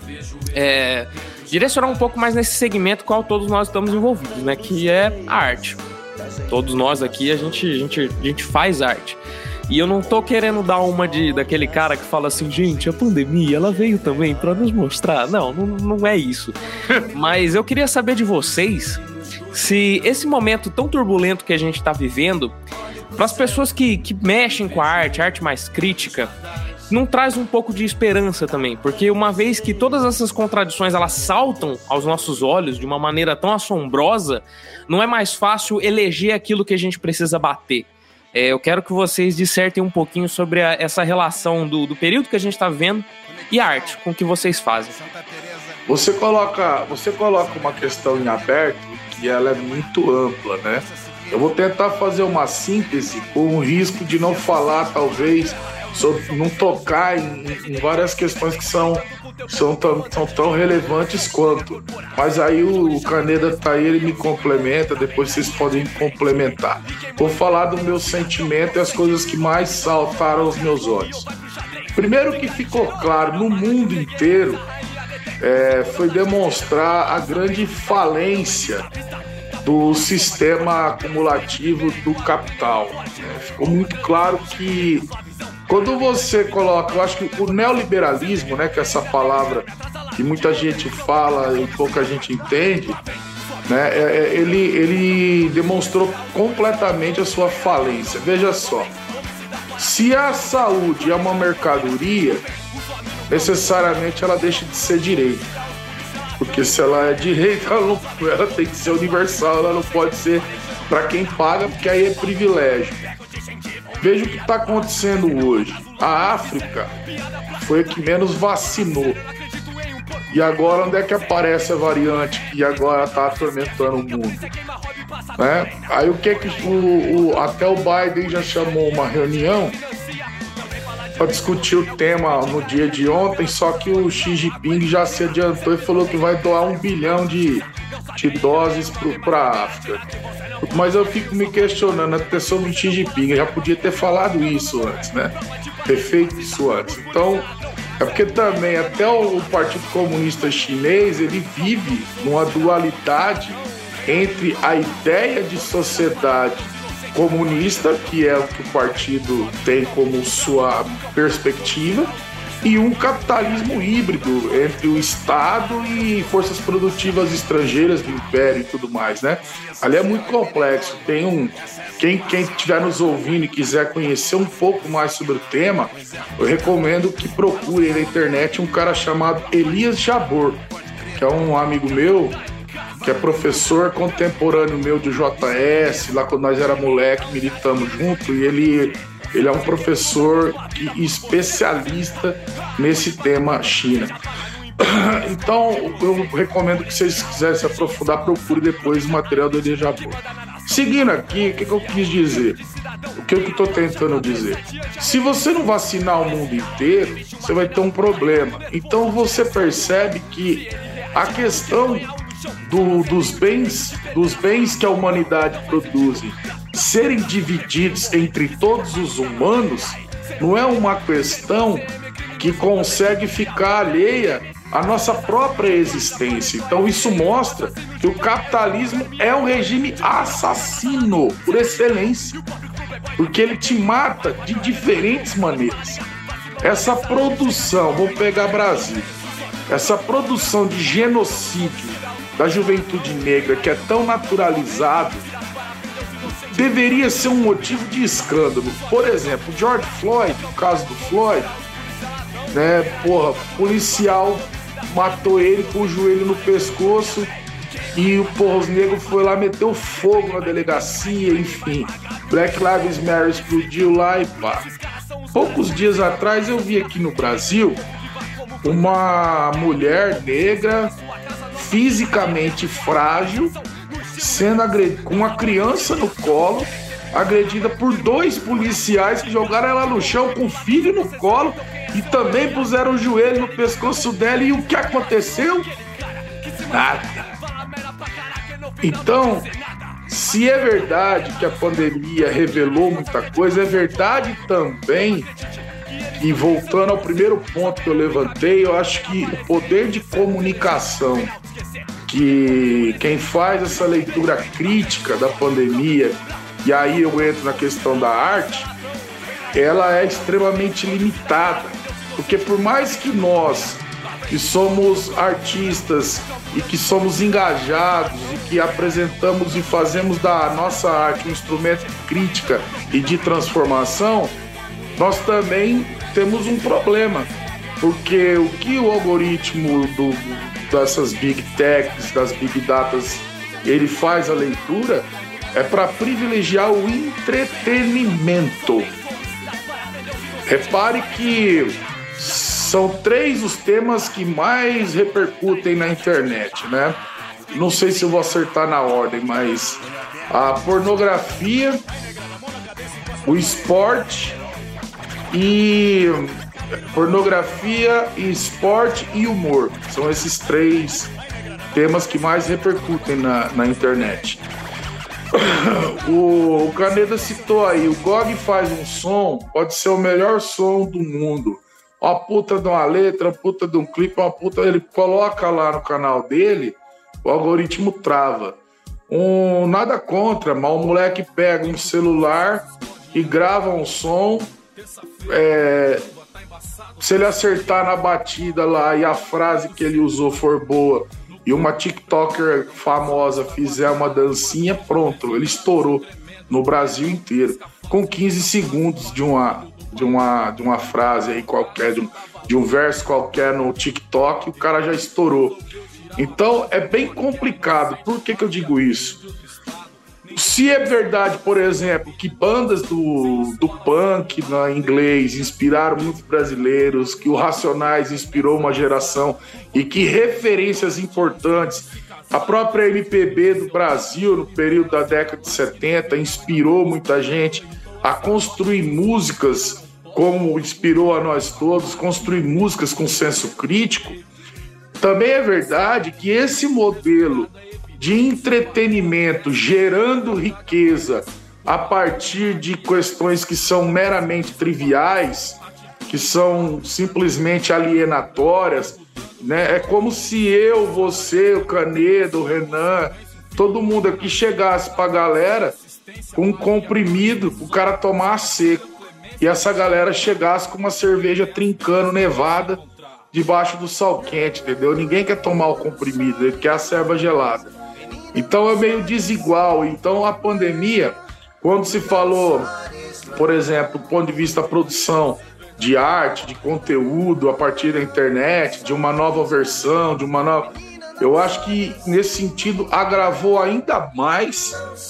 é, direcionar um pouco mais nesse segmento qual todos nós estamos envolvidos, né? Que é a arte. Todos nós aqui, a gente, a gente, a gente faz arte. E eu não tô querendo dar uma de, daquele cara que fala assim, gente, a pandemia, ela veio também pra nos mostrar. Não, não, não é isso. Mas eu queria saber de vocês se esse momento tão turbulento que a gente tá vivendo, para as pessoas que, que mexem com a arte, arte mais crítica, não traz um pouco de esperança também, porque uma vez que todas essas contradições elas saltam aos nossos olhos de uma maneira tão assombrosa, não é mais fácil eleger aquilo que a gente precisa bater. É, eu quero que vocês dissertem um pouquinho sobre a, essa relação do, do período que a gente está vivendo e a arte, com o que vocês fazem. Você coloca, você coloca uma questão em aberto que ela é muito ampla, né? Eu vou tentar fazer uma síntese com o risco de não falar, talvez, sobre não tocar em, em várias questões que são, são, tão, são tão relevantes quanto. Mas aí o Caneda tá aí, ele me complementa, depois vocês podem complementar. Vou falar do meu sentimento e as coisas que mais saltaram aos meus olhos. Primeiro que ficou claro no mundo inteiro é, foi demonstrar a grande falência do sistema acumulativo do capital. É, ficou muito claro que quando você coloca, eu acho que o neoliberalismo, né, que é essa palavra que muita gente fala e pouca gente entende, né, é, ele, ele demonstrou completamente a sua falência. Veja só, se a saúde é uma mercadoria, necessariamente ela deixa de ser direito. Porque se ela é direito, ela, não, ela tem que ser universal, ela não pode ser para quem paga, porque aí é privilégio. Veja o que está acontecendo hoje. A África foi a que menos vacinou. E agora onde é que aparece a variante que agora está atormentando o mundo? Né? Aí o que é que o, o, até o Biden já chamou uma reunião para discutir o tema no dia de ontem, só que o Xi Jinping já se adiantou e falou que vai doar um bilhão de, de doses para a África. Mas eu fico me questionando até sobre o Xi Jinping, eu já podia ter falado isso antes, né? Ter feito isso antes. Então, é porque também até o Partido Comunista Chinês, ele vive numa dualidade entre a ideia de sociedade comunista, que é o que o partido tem como sua perspectiva, e um capitalismo híbrido entre o Estado e forças produtivas estrangeiras do Império e tudo mais, né? Ali é muito complexo. Tem um... Quem, quem estiver nos ouvindo e quiser conhecer um pouco mais sobre o tema, eu recomendo que procure na internet um cara chamado Elias Jabbour, que é um amigo meu, que é professor contemporâneo meu de J S, lá quando nós era moleque, militamos junto, e ele, ele é um professor e especialista nesse tema China. Então, eu recomendo que vocês quiserem se aprofundar, procure depois o material do Elias Jabbour. Seguindo aqui, o que, que eu quis dizer? O que eu estou tentando dizer? Se você não vacinar o mundo inteiro, você vai ter um problema. Então você percebe que a questão do, dos bens, dos bens que a humanidade produz serem divididos entre todos os humanos não é uma questão que consegue ficar alheia à nossa própria existência. Então isso mostra que o capitalismo é um regime assassino por excelência, porque ele te mata de diferentes maneiras. Essa produção, vou pegar Brasil, essa produção de genocídio da juventude negra que é tão naturalizado, deveria ser um motivo de escândalo. Por exemplo, George Floyd, o caso do Floyd, né, porra, policial matou ele com o joelho no pescoço e porra, os negros foi lá, meteu fogo na delegacia, enfim. Black Lives Matter explodiu lá e pá. Poucos dias atrás eu vi aqui no Brasil uma mulher negra, fisicamente frágil, sendo agredida, com uma criança no colo, agredida por dois policiais que jogaram ela no chão com o filho no colo e também puseram o joelho no pescoço dela. E o que aconteceu? Nada. Então, se é verdade que a pandemia revelou muita coisa, é verdade também, e voltando ao primeiro ponto que eu levantei, eu acho que o poder de comunicação que quem faz essa leitura crítica da pandemia, e aí eu entro na questão da arte, ela é extremamente limitada, porque por mais que nós, que somos artistas e que somos engajados e que apresentamos e fazemos da nossa arte um instrumento de crítica e de transformação, nós também temos um problema, porque o que o algoritmo do, dessas big techs, das big datas, ele faz a leitura é para privilegiar o entretenimento. Repare que são três os temas que mais repercutem na internet, né? Não sei se eu vou acertar na ordem, mas a pornografia, o esporte e pornografia, esporte e humor. São esses três temas que mais repercutem na, na internet. O, o Caneda citou aí, o G O G faz um som, pode ser o melhor som do mundo. Uma puta de uma letra, uma puta de um clipe, uma puta... Ele coloca lá no canal dele, o algoritmo trava. Um, nada contra, mas o moleque pega um celular e grava um som... É, se ele acertar na batida lá e a frase que ele usou for boa e uma TikToker famosa fizer uma dancinha, pronto, ele estourou no Brasil inteiro com quinze segundos de uma, de uma, de uma frase aí qualquer, de um, de um verso qualquer no TikTok, o cara já estourou. Então é bem complicado. Por que que eu digo isso? Se é verdade, por exemplo, que bandas do, do punk na inglês inspiraram muitos brasileiros, que o Racionais inspirou uma geração e que referências importantes, a própria M P B do Brasil no período da década de setenta inspirou muita gente a construir músicas como inspirou a nós todos, construir músicas com senso crítico, também é verdade que esse modelo de entretenimento gerando riqueza a partir de questões que são meramente triviais, que são simplesmente alienatórias, né? É como se eu, você, o Caneda, o Renan, todo mundo aqui chegasse pra galera com um comprimido, o cara tomar seco, e essa galera chegasse com uma cerveja trincando nevada debaixo do sol quente, entendeu? Ninguém quer tomar o comprimido, ele quer a cerveja gelada. Então é meio desigual. Então a pandemia, quando se falou, por exemplo, do ponto de vista da produção de arte, de conteúdo a partir da internet, de uma nova versão, de uma nova... Eu acho que nesse sentido agravou ainda mais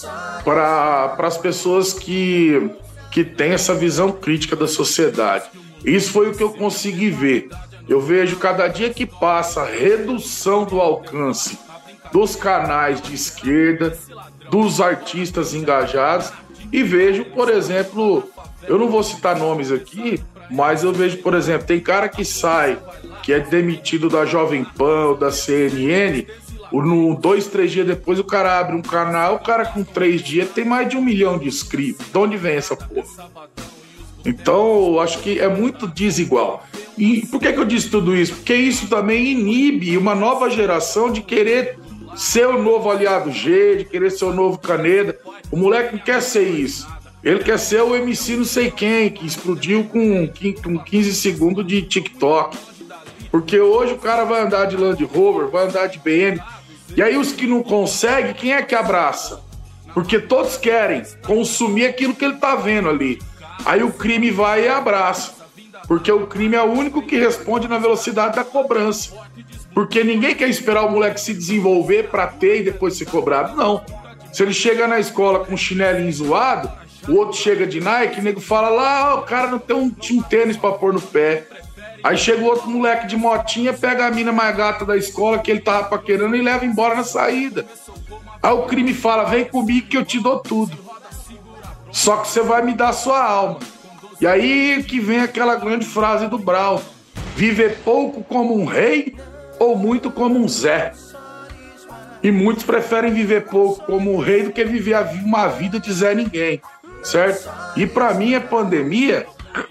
para as pessoas que, que têm essa visão crítica da sociedade. Isso foi o que eu consegui ver. Eu vejo cada dia que passa a redução do alcance dos canais de esquerda, dos artistas engajados, e vejo, por exemplo, eu não vou citar nomes aqui, mas eu vejo, por exemplo, tem cara que sai, que é demitido da Jovem Pan ou da C N N, no dois, três dias depois o cara abre um canal, o cara com três dias tem mais de um milhão de inscritos. De onde vem essa porra? Então, eu acho que é muito desigual. E por que que eu disse tudo isso? Porque isso também inibe uma nova geração de querer ser o novo Aliado G, de querer ser o novo Caneda. O moleque não quer ser isso. Ele quer ser o M C não sei quem, que explodiu com quinze segundos de TikTok. Porque hoje o cara vai andar de Land Rover, vai andar de B M. E aí os que não conseguem, quem é que abraça? Porque todos querem consumir aquilo que ele tá vendo ali. Aí o crime vai e abraça. Porque o crime é o único que responde na velocidade da cobrança. Porque ninguém quer esperar o moleque se desenvolver pra ter e depois ser cobrado. Não. Se ele chega na escola com um chinelinho zoado, o outro chega de Nike, o nego fala lá, oh, o cara não tem um, um tênis pra pôr no pé. Aí chega o outro moleque de motinha, pega a mina mais gata da escola que ele tava paquerando e leva embora na saída. Aí o crime fala, vem comigo que eu te dou tudo. Só que você vai me dar sua alma. E aí que vem aquela grande frase do Brau. Viver pouco como um rei ou muito como um Zé. E muitos preferem viver pouco como um rei do que viver uma vida de Zé Ninguém. Certo? E pra mim a pandemia...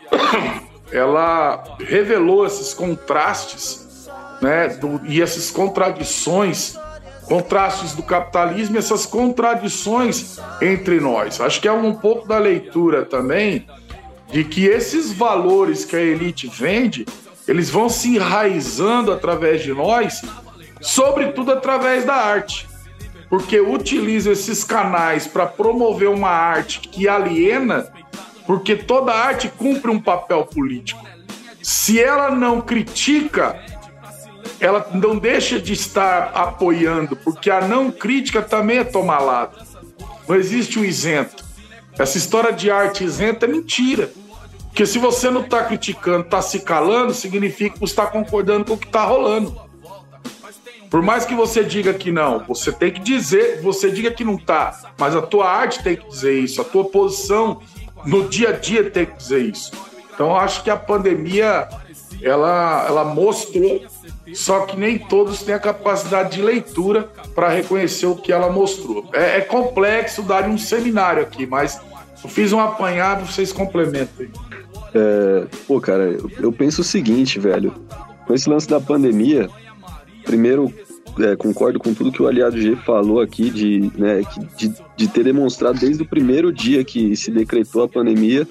ela revelou esses contrastes, né, do, e essas contradições, contrastes do capitalismo e essas contradições entre nós. Acho que é um pouco da leitura também de que esses valores que a elite vende, eles vão se enraizando através de nós, sobretudo através da arte, porque utiliza esses canais para promover uma arte que aliena. Porque toda arte cumpre um papel político. Se ela não critica, ela não deixa de estar apoiando, porque a não crítica também é tomar lado. Não existe um isento. Essa história de arte isenta é mentira. Porque se você não está criticando, está se calando, significa que você está concordando com o que está rolando. Por mais que você diga que não, você tem que dizer, você diga que não está, mas a tua arte tem que dizer isso, a tua posição no dia a dia tem que dizer isso. Então eu acho que a pandemia ela, ela mostrou, só que nem todos têm a capacidade de leitura para reconhecer o que ela mostrou. É, é complexo dar um seminário aqui, mas eu fiz um apanhado, vocês complementem. É, pô, cara, eu, eu penso o seguinte, velho. Com esse lance da pandemia, primeiro, é, concordo com tudo que o Aliado G falou aqui, de, né, de, de ter demonstrado desde o primeiro dia que se decretou a pandemia,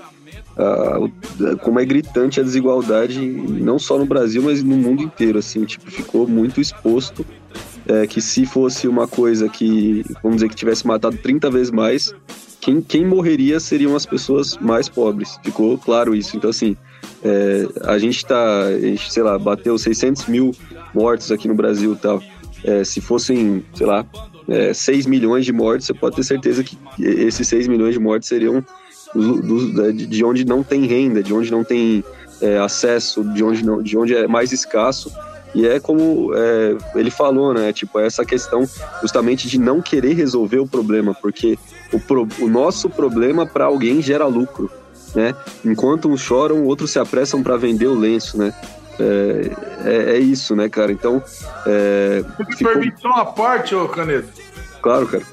uh, como é gritante a desigualdade, não só no Brasil, mas no mundo inteiro, assim, tipo, ficou muito exposto, é, que se fosse uma coisa que, vamos dizer, que tivesse matado trinta vezes mais, quem, quem morreria seriam as pessoas mais pobres, ficou claro isso. Então, assim, é, a gente tá, a gente, sei lá, bateu seiscentos mil mortos aqui no Brasil e tal. É, se fossem, sei lá, é, seis milhões de mortes, você pode ter certeza que esses seis milhões de mortes seriam do, do, de onde não tem renda, de onde não tem é, acesso, de onde, não, de onde é mais escasso. E é como é, ele falou, né? Tipo, essa questão justamente de não querer resolver o problema, porque o, pro, o nosso problema para alguém gera lucro, né? Enquanto uns choram, outros se apressam para vender o lenço, né? É, é, é isso, né, cara? Então. É, Você me ficou... permite uma parte, ô Canedo? Claro, cara.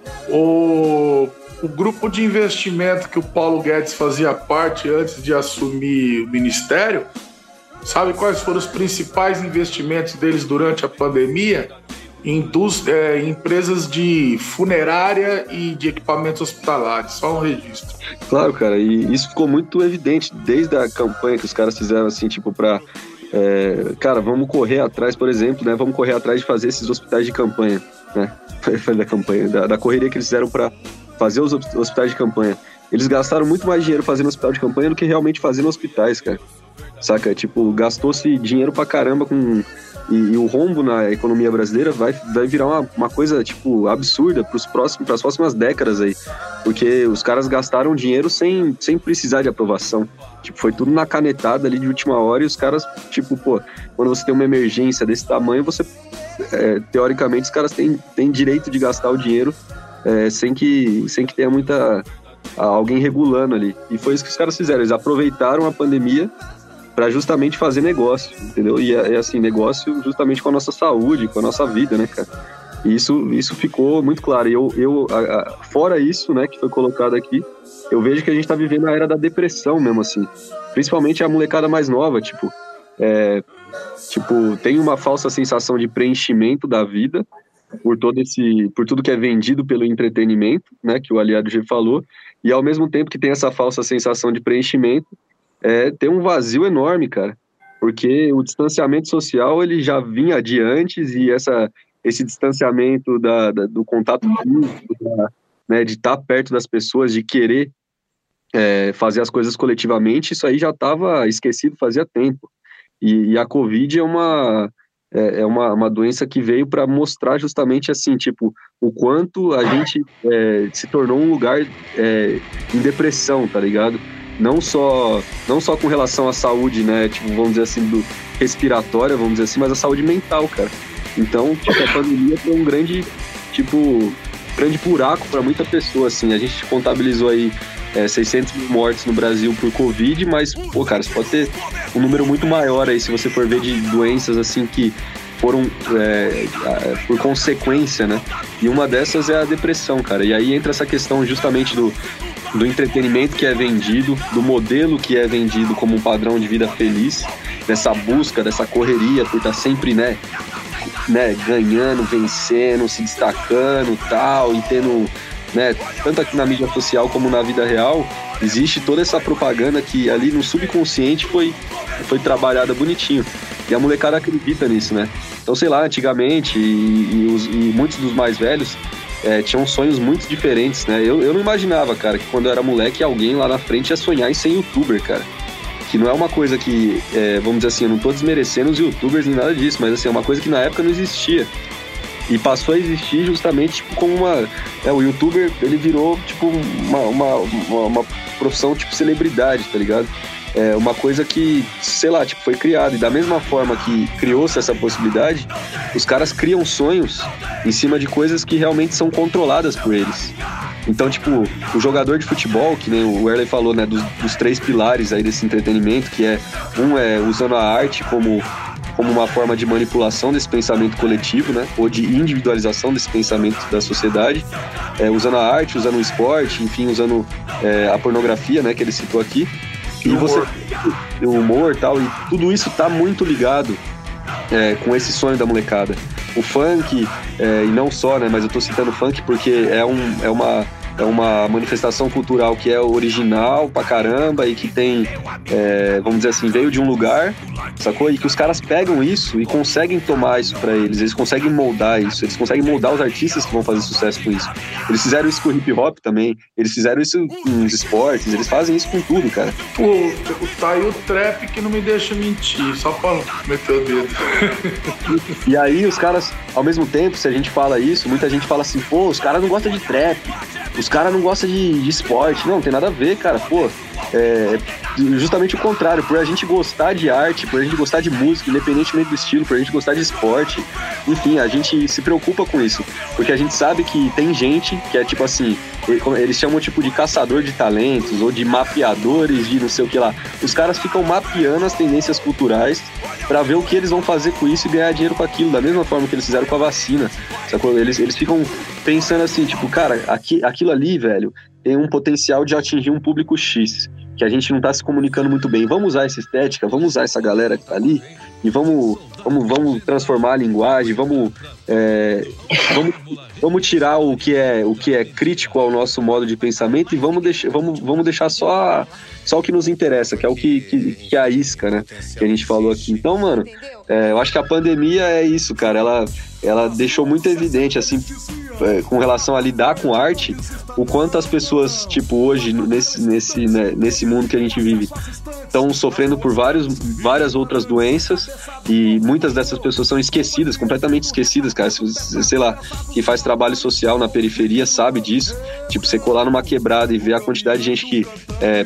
O, o grupo de investimento que o Paulo Guedes fazia parte antes de assumir o ministério, sabe quais foram os principais investimentos deles durante a pandemia? Indústria, é, empresas de funerária e de equipamentos hospitalares, só um registro. Claro, cara, e isso ficou muito evidente desde a campanha que os caras fizeram, assim, tipo, pra... É, cara, vamos correr atrás, por exemplo, né? Vamos correr atrás de fazer esses hospitais de campanha, né? da campanha, da, da correria que eles fizeram para fazer os hospitais de campanha. Eles gastaram muito mais dinheiro fazendo hospital de campanha do que realmente fazendo hospitais, cara. Saca? Tipo, gastou-se dinheiro pra caramba com... E, e o rombo na economia brasileira vai, vai virar uma, uma coisa, tipo, absurda pros próximos, pras próximas décadas aí. Porque os caras gastaram dinheiro sem, sem precisar de aprovação. Tipo, foi tudo na canetada ali de última hora e os caras, tipo, pô, quando você tem uma emergência desse tamanho, você, é, teoricamente, os caras têm, têm direito de gastar o dinheiro é, sem, que, sem que tenha muita... alguém regulando ali. E foi isso que os caras fizeram. Eles aproveitaram a pandemia para justamente fazer negócio, entendeu? E é assim, negócio justamente com a nossa saúde, com a nossa vida, né, cara? E isso, isso ficou muito claro. E eu, eu a, a, fora isso, né, que foi colocado aqui, eu vejo que a gente tá vivendo a era da depressão mesmo, assim. Principalmente a molecada mais nova, tipo, é, tipo, tem uma falsa sensação de preenchimento da vida por todo esse, por tudo que é vendido pelo entretenimento, né, que o Aliado G falou, e ao mesmo tempo que tem essa falsa sensação de preenchimento, É, tem um vazio enorme, cara, porque o distanciamento social ele já vinha de antes e essa, esse distanciamento da, da, do contato físico, da, né, de estar perto das pessoas, de querer é, fazer as coisas coletivamente, isso aí já estava esquecido fazia tempo. E, e a Covid é uma, é, é uma, uma doença que veio para mostrar justamente assim, tipo, o quanto a gente é, se tornou um lugar é, em depressão, tá ligado? Não só, não só com relação à saúde, né, tipo, vamos dizer assim, do respiratória, vamos dizer assim, mas a saúde mental, cara. Então, tipo, a pandemia foi um grande, tipo, grande buraco para muita pessoa, assim. A gente contabilizou aí é, seiscentos mil mortes no Brasil por Covid, mas, pô, cara, você pode ter um número muito maior aí, se você for ver de doenças, assim, que foram é, por consequência, né? E uma dessas é a depressão, cara. E aí entra essa questão justamente do do entretenimento que é vendido, do modelo que é vendido como um padrão de vida feliz, dessa busca, dessa correria por estar sempre, né, né, ganhando, vencendo, se destacando, tal, e tendo, né, tanto aqui na mídia social como na vida real, existe toda essa propaganda que ali no subconsciente foi, foi trabalhada bonitinho. E a molecada acredita nisso, né? Então, sei lá, antigamente, e, e, os, e muitos dos mais velhos É, tinham sonhos muito diferentes, né? Eu, eu não imaginava, cara, que quando eu era moleque alguém lá na frente ia sonhar em ser youtuber, cara. Que não é uma coisa que, é, vamos dizer assim, eu não tô desmerecendo os youtubers nem nada disso, mas assim, é uma coisa que na época não existia. E passou a existir justamente, tipo, como uma... É, o youtuber, ele virou, tipo, uma, uma, uma, uma profissão, tipo, celebridade, tá ligado? É uma coisa que, sei lá, tipo, foi criada. E da mesma forma que criou-se essa possibilidade, os caras criam sonhos em cima de coisas que realmente são controladas por eles. Então, tipo, o jogador de futebol, que nem o Erley falou, né, dos, dos três pilares aí desse entretenimento, que é, um é usando a arte como, como uma forma de manipulação desse pensamento coletivo, né, ou de individualização desse pensamento da sociedade, é, usando a arte, usando o esporte, enfim, usando é, a pornografia, né, que ele citou aqui. E você, o humor e tal, e tudo isso tá muito ligado é, com esse sonho da molecada. O funk, é, e não só, né, mas eu tô citando funk porque é, um, é, uma, é uma manifestação cultural que é original pra caramba e que tem, é, vamos dizer assim, veio de um lugar, sacou? E que os caras pegam isso e conseguem tomar isso pra eles, eles conseguem moldar isso, eles conseguem moldar os artistas que vão fazer sucesso com isso. Eles fizeram isso com o hip hop também, eles fizeram isso com os esportes, eles fazem isso com tudo, cara. Pô, tá aí o trap que não me deixa mentir, só pra meter o dedo. E aí os caras, ao mesmo tempo, se a gente fala isso, muita gente fala assim, pô, os caras não gostam de trap, os caras não gostam de, de esporte. Não, não tem nada a ver, cara, pô. É justamente o contrário, por a gente gostar de arte, por a gente gostar de música, independentemente do estilo, por a gente gostar de esporte, enfim, a gente se preocupa com isso, porque a gente sabe que tem gente que é tipo assim, eles chamam tipo de caçador de talentos ou de mapeadores de não sei o que lá. Os caras ficam mapeando as tendências culturais pra ver o que eles vão fazer com isso e ganhar dinheiro com aquilo, da mesma forma que eles fizeram com a vacina, sacou? Eles, eles ficam pensando assim, tipo, cara, aqui, aquilo ali, velho, tem um potencial de atingir um público X, que a gente não tá se comunicando muito bem. Vamos usar essa estética, vamos usar essa galera que tá ali e vamos, vamos, vamos transformar a linguagem, vamos, é, vamos, vamos tirar o que, é, o que é crítico ao nosso modo de pensamento e vamos deixar, vamos, vamos deixar só, a, só o que nos interessa, que é o que, que, que é a isca, né? Que a gente falou aqui. Então, mano, é, eu acho que a pandemia é isso, cara. Ela, ela deixou muito evidente, assim, é, com relação a lidar com arte, o quanto as pessoas, tipo, hoje, nesse, nesse, né, nesse mundo que a gente vive, estão sofrendo por vários, várias outras doenças e muitas dessas pessoas são esquecidas, completamente esquecidas, cara. Sei lá, quem faz trabalho social na periferia sabe disso. Tipo, você colar numa quebrada e ver a quantidade de gente que é,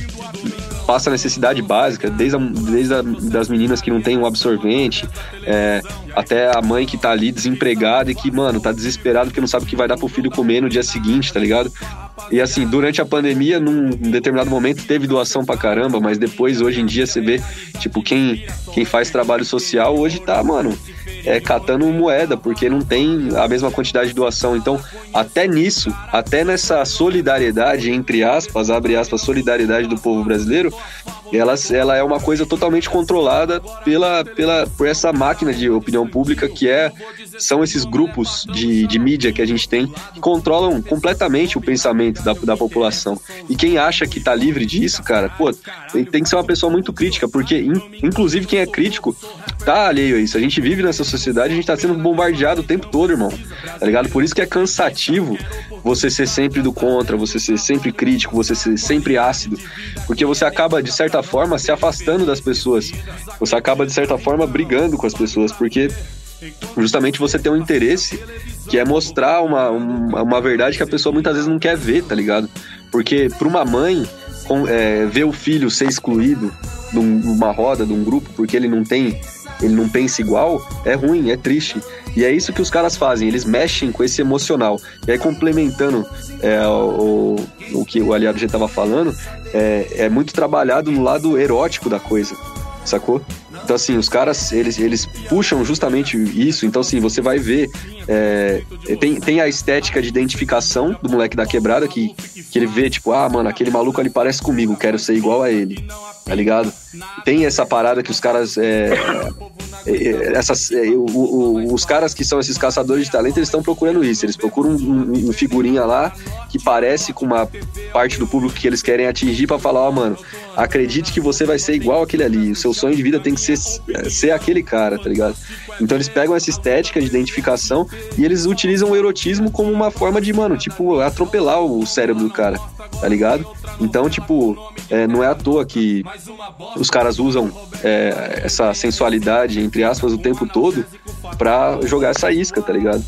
passa necessidade básica, desde, a, desde a, das meninas que não tem um absorvente, é, até a mãe que tá ali desempregada e que, mano, tá desesperada porque não sabe o que vai dar pro filho comer no dia seguinte, tá ligado? E assim, durante a pandemia, num determinado momento teve doação pra caramba, mas depois, hoje em dia, você vê, tipo, quem, quem faz trabalho social hoje tá, mano, é, catando moeda, porque não tem a mesma quantidade de doação. Então, até nisso, até nessa solidariedade, entre aspas, abre aspas, solidariedade do povo brasileiro, ela, ela é uma coisa totalmente controlada pela, pela, por essa máquina de opinião pública que é, são esses grupos de, de mídia que a gente tem, que controlam completamente o pensamento da, da população. E quem acha que tá livre disso, cara, pô, tem, tem que ser uma pessoa muito crítica, porque in, inclusive quem é crítico tá alheio a isso. A gente vive nessa sociedade, a gente tá sendo bombardeado o tempo todo, irmão. Tá ligado? Por isso que é cansativo você ser sempre do contra, você ser sempre crítico, você ser sempre ácido. Porque você acaba, de certa forma, se afastando das pessoas. Você acaba, de certa forma, brigando com as pessoas. Porque justamente você tem um interesse que é mostrar uma, uma, uma verdade que a pessoa muitas vezes não quer ver, tá ligado? Porque pra uma mãe, com, é, ver o filho ser excluído de uma roda, de um grupo, porque ele não tem, ele não pensa igual, é ruim, é triste. E é isso que os caras fazem, eles mexem com esse emocional. E aí, complementando é, o, o que o Aliado já estava falando, é, é muito trabalhado no lado erótico da coisa, sacou? Então, assim, os caras, eles, eles puxam justamente isso. Então, assim, você vai ver... É, tem, tem a estética de identificação do moleque da quebrada, que, que ele vê, tipo, ah, mano, aquele maluco ali parece comigo, quero ser igual a ele, tá ligado? Tem essa parada que os caras... É, é, essas, é, o, o, os caras que são esses caçadores de talento, eles estão procurando isso. Eles procuram um, um, um figurinha lá que parece com uma parte do público que eles querem atingir pra falar, ó, oh, mano, acredite que você vai ser igual aquele ali. O seu sonho de vida tem que ser, ser aquele cara, tá ligado? Então eles pegam essa estética de identificação e eles utilizam o erotismo como uma forma de, mano, tipo, atropelar o cérebro do cara, tá ligado? Então, tipo, é, não é à toa que os caras usam é, essa sensualidade, entre aspas, o tempo todo pra jogar essa isca, tá ligado?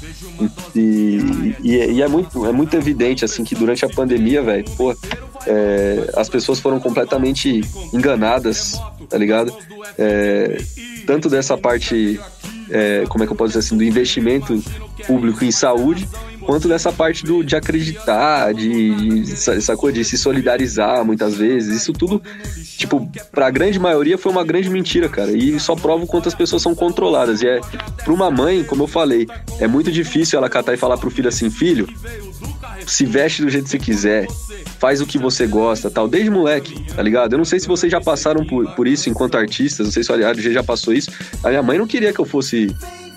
E, e, e é, muito, é muito evidente, assim, que durante a pandemia, velho, pô, é, as pessoas foram completamente enganadas, tá ligado? É, tanto dessa parte... É, como é que eu posso dizer assim, do investimento público em saúde, quanto dessa parte do, de acreditar, de, de, sacou, de se solidarizar muitas vezes. Isso tudo, tipo, pra grande maioria foi uma grande mentira, cara, e só prova o quanto as pessoas são controladas. E é, pra uma mãe, como eu falei, é muito difícil ela catar e falar pro filho assim, filho, se veste do jeito que você quiser, faz o que você gosta, tal, desde moleque, tá ligado? Eu não sei se vocês já passaram por, por isso enquanto artistas, não sei se o Aliado já passou isso. A minha mãe não queria que eu fosse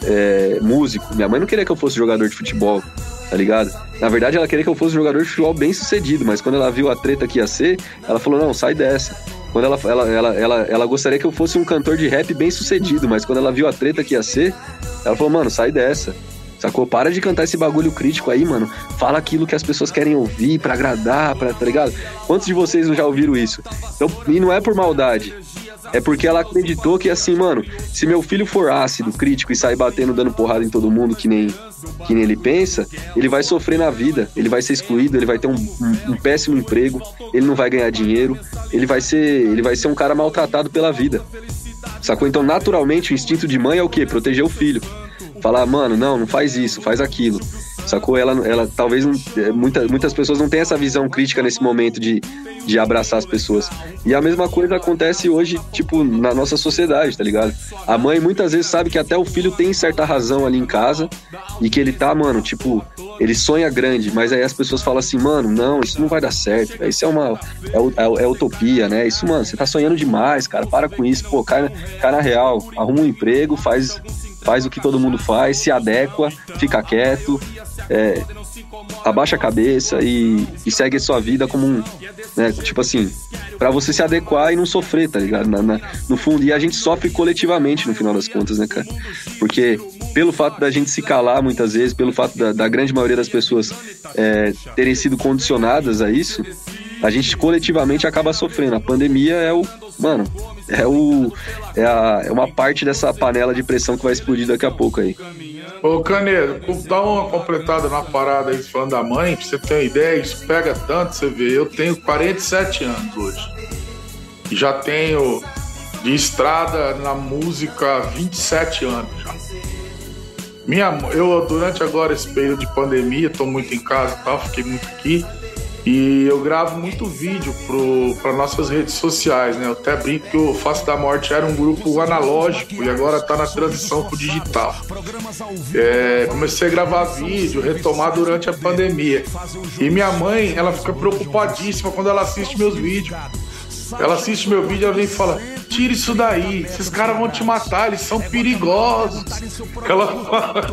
é, músico, minha mãe não queria que eu fosse jogador de futebol, tá ligado? Na verdade, ela queria que eu fosse jogador de futebol bem sucedido, mas quando ela viu a treta que ia ser, ela falou, não, sai dessa. Quando ela, ela, ela, ela, ela gostaria que eu fosse um cantor de rap bem sucedido, mas quando ela viu a treta que ia ser, ela falou, mano, sai dessa. Sacou? Para de cantar esse bagulho crítico aí, mano. Fala aquilo que as pessoas querem ouvir pra agradar, pra, tá ligado? Quantos de vocês já ouviram isso? Então, e não é por maldade. É porque ela acreditou que, assim, mano, se meu filho for ácido, crítico e sair batendo, dando porrada em todo mundo que nem, que nem ele pensa, ele vai sofrer na vida, ele vai ser excluído, ele vai ter um, um, um péssimo emprego, ele não vai ganhar dinheiro, ele vai ser, ele vai ser um cara maltratado pela vida. Sacou? Então, naturalmente, o instinto de mãe é o quê? Proteger o filho. Falar, mano, não, não faz isso, faz aquilo. Sacou? Ela, ela talvez, não, muita, muitas pessoas não tenham essa visão crítica nesse momento de, de abraçar as pessoas. E a mesma coisa acontece hoje, tipo, na nossa sociedade, tá ligado? A mãe muitas vezes sabe que até o filho tem certa razão ali em casa e que ele tá, mano, tipo, ele sonha grande, mas aí as pessoas falam assim, mano, não, isso não vai dar certo, isso é uma, é, é, é utopia, né? Isso, mano, você tá sonhando demais, cara, para com isso, pô, cai, cai na real, arruma um emprego, faz... faz o que todo mundo faz, se adequa, fica quieto, é, abaixa a cabeça e, e segue a sua vida como um, né, tipo assim, pra você se adequar e não sofrer, tá ligado? Na, na, no fundo, e a gente sofre coletivamente no final das contas, né, cara? Porque pelo fato da gente se calar muitas vezes, pelo fato da, da grande maioria das pessoas é, terem sido condicionadas a isso, a gente coletivamente acaba sofrendo. A pandemia é o, mano, é o é, a, é uma parte dessa panela de pressão que vai explodir daqui a pouco aí. Ô Canedo, dá uma completada na parada aí falando da mãe, pra você ter uma ideia, isso pega tanto, você vê, eu tenho quarenta e sete anos hoje. E já tenho de estrada na música há vinte e sete anos já. Minha, eu durante agora esse período de pandemia, tô muito em casa e tal, fiquei muito aqui. E eu gravo muito vídeo para nossas redes sociais, né? Eu até brinco que o Face da Morte era um grupo analógico e agora tá na transição pro digital. É, comecei a gravar vídeo, retomar durante a pandemia. E minha mãe, ela fica preocupadíssima quando ela assiste meus vídeos. Ela assiste meu vídeo e ela vem e fala: tira isso daí, esses caras vão te matar, eles são perigosos. Ela fala,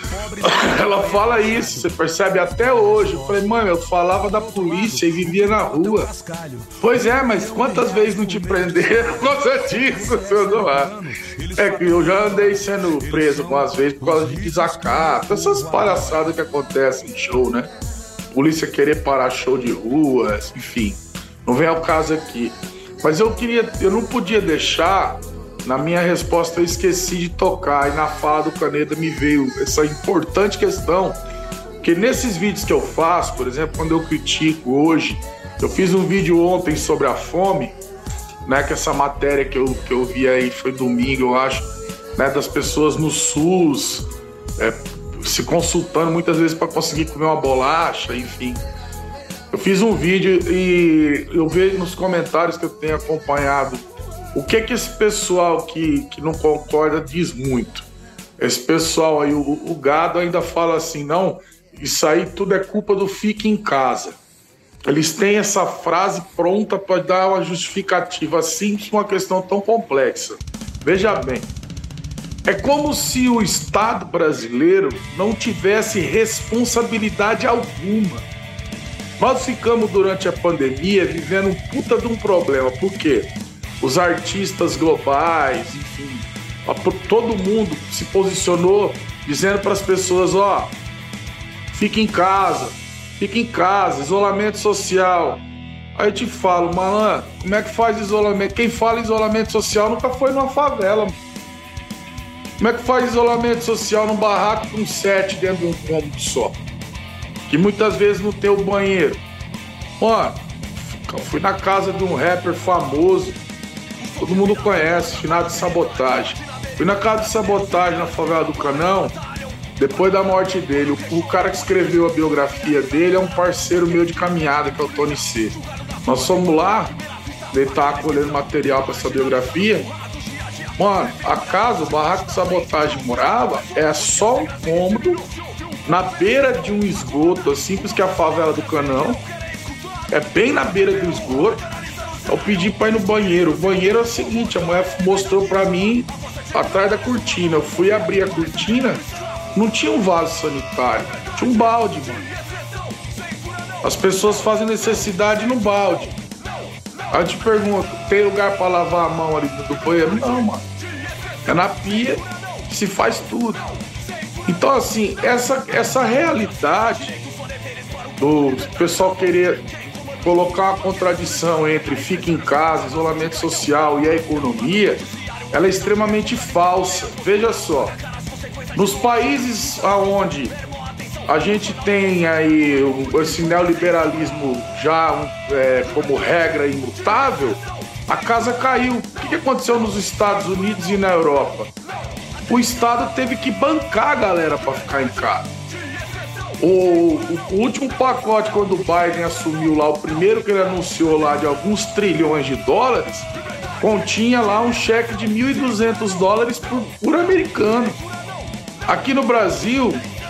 ela fala isso, você percebe até hoje. Eu falei: mãe, eu falava da polícia e vivia na rua. Pois é, mas quantas vezes não te prenderam por causa disso, seu Eduardo? É que eu já andei sendo preso algumas vezes por causa de desacato, essas palhaçadas que acontecem em show, né? Polícia querer parar show de rua, enfim. Não vem ao caso aqui. Mas eu queria, eu não podia deixar, na minha resposta eu esqueci de tocar, e na fala do Caneda me veio essa importante questão, que nesses vídeos que eu faço, por exemplo, quando eu critico hoje, eu fiz um vídeo ontem sobre a fome, né, que essa matéria que eu, que eu vi aí foi domingo, eu acho, né, das pessoas no SUS, é, se consultando muitas vezes para conseguir comer uma bolacha, enfim. Eu fiz um vídeo e eu vejo nos comentários que eu tenho acompanhado o que que esse pessoal que, que não concorda diz muito. Esse pessoal aí, o, o gado ainda fala assim: não, isso aí tudo é culpa do fique em casa. Eles têm essa frase pronta para dar uma justificativa simples para uma questão tão complexa. Veja bem, é como se o Estado brasileiro não tivesse responsabilidade alguma. Nós ficamos durante a pandemia vivendo um puta de um problema. Por quê? Os artistas globais, enfim, todo mundo se posicionou dizendo para as pessoas: ó, fique em casa, fique em casa, isolamento social. Aí eu te falo: malandro, como é que faz isolamento? Quem fala isolamento social nunca foi numa favela. Como é que faz isolamento social num barraco com sete dentro de um cômodo só? Que muitas vezes não tem o banheiro. Mano, eu fui na casa de um rapper famoso, todo mundo conhece, finado de Sabotagem. Fui na casa de Sabotagem, na favela do Canão, depois da morte dele. O, o cara que escreveu a biografia dele é um parceiro meu de caminhada, que é o Tony C. Nós fomos lá, ele tá colhendo material para essa biografia. Mano, a casa, o barraco de Sabotagem morava, é só um cômodo na beira de um esgoto, assim, que é a favela do Canão. É bem na beira do esgoto. Eu pedi pra ir no banheiro. O banheiro é o seguinte: a mulher mostrou pra mim atrás da cortina. Eu fui abrir a cortina, não tinha um vaso sanitário, tinha um balde, mano. As pessoas fazem necessidade no balde. Aí eu te pergunto: tem lugar pra lavar a mão ali do banheiro? Não, mano. É na pia que se faz tudo. Então, assim, essa, essa realidade do pessoal querer colocar uma contradição entre fique em casa, isolamento social e a economia, ela é extremamente falsa. Veja só, nos países onde a gente tem aí esse neoliberalismo já é, como regra imutável, a casa caiu. O que aconteceu nos Estados Unidos e na Europa? O Estado teve que bancar a galera para ficar em casa. O, o, o último pacote, quando o Biden assumiu lá, o primeiro que ele anunciou lá de alguns trilhões de dólares, continha lá um cheque de mil e duzentos dólares por, por americano. Aqui no Brasil,